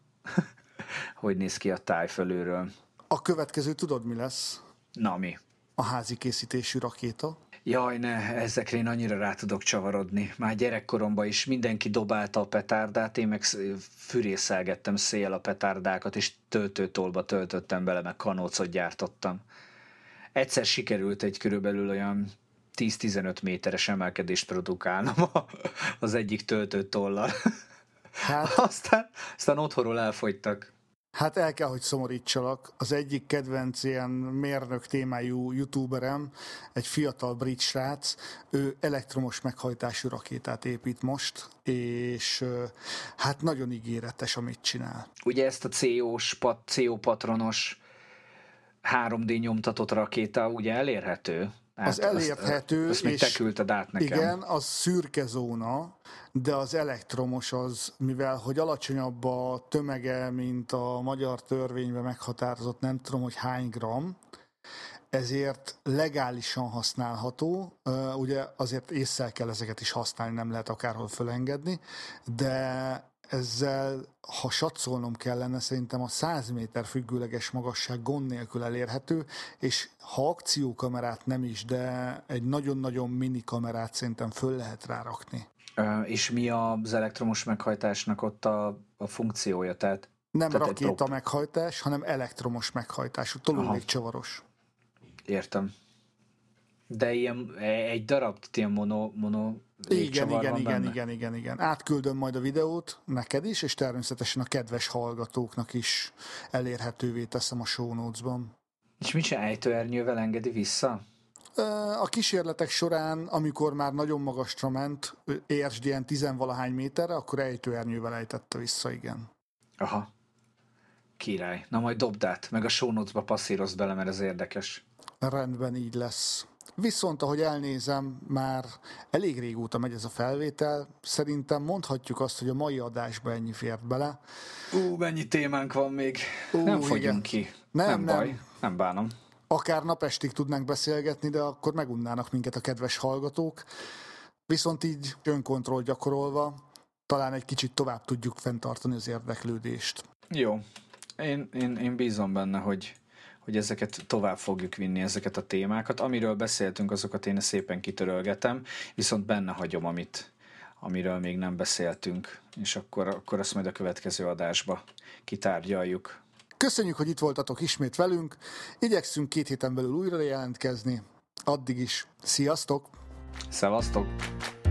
Hogy néz ki a táj fölülről. A következő tudod, mi lesz? Na, mi? A házi készítésű rakéta. Jaj, ne, ezekre én annyira rá tudok csavarodni. Már gyerekkoromban is mindenki dobálta a petárdát, én meg fűrészelgettem széjjel a petárdákat, és töltőtólba töltöttem bele, meg kanócot gyártottam. Egyszer sikerült egy körülbelül olyan 10-15 méteres emelkedést produkálnom az egyik töltőtollal. Hát, aztán otthonról elfogytak. Hát el kell, hogy szomorítsalak. Az egyik kedvenc ilyen mérnök témájú youtuberem, egy fiatal brit srác, ő elektromos meghajtású rakétát épít most, és hát nagyon ígéretes, amit csinál. Ugye ezt a CO patronos 3D nyomtatott rakéta ugye elérhető? Az elérhető, azt még te küldted át nekem. Igen, az szürke zóna, de az elektromos az, mivel hogy alacsonyabb a tömege, mint a magyar törvényben meghatározott, nem tudom, hogy hány gram, ezért legálisan használható, ugye azért ésszel kell ezeket is használni, nem lehet akárhol fölengedni, de ezzel, ha satszolnom kellene, szerintem a 100 méter függőleges magasság gond nélkül elérhető, és ha akciókamerát nem is, de egy nagyon-nagyon mini kamerát szerintem föl lehet rárakni. És mi az elektromos meghajtásnak ott a funkciója? Tehát rakéta meghajtás, hanem elektromos meghajtású, tolólékcsavaros. Értem. De ilyen egy darab, ilyen mono igen. Átküldöm majd a videót neked is, és természetesen a kedves hallgatóknak is elérhetővé teszem a show notes-ban. És mit csinál, ejtőernyővel engedi vissza? A kísérletek során, amikor már nagyon magasra ment, értsd ilyen 10-valahány méterre, akkor ejtőernyővel ejtette vissza, igen. Aha. Király. Na majd dobd át, meg a show notes-ba passzírozd bele, mert ez érdekes. Rendben, így lesz. Viszont, ahogy elnézem, már elég régóta megy ez a felvétel, szerintem mondhatjuk azt, hogy a mai adásba ennyi fért bele. Mennyi témánk van még. Nem fogyunk ki. Nem baj, nem bánom. Akár napestig tudnánk beszélgetni, de akkor megunnának minket a kedves hallgatók. Viszont így önkontroll gyakorolva talán egy kicsit tovább tudjuk fenntartani az érdeklődést. Jó. Én bízom benne, hogy ezeket tovább fogjuk vinni, ezeket a témákat. Amiről beszéltünk, azokat én szépen kitörölgetem, viszont benne hagyom, amiről még nem beszéltünk, és akkor azt majd a következő adásba kitárgyaljuk. Köszönjük, hogy itt voltatok ismét velünk. Igyekszünk 2 héten belül újra jelentkezni. Addig is, sziasztok! Szevasztok!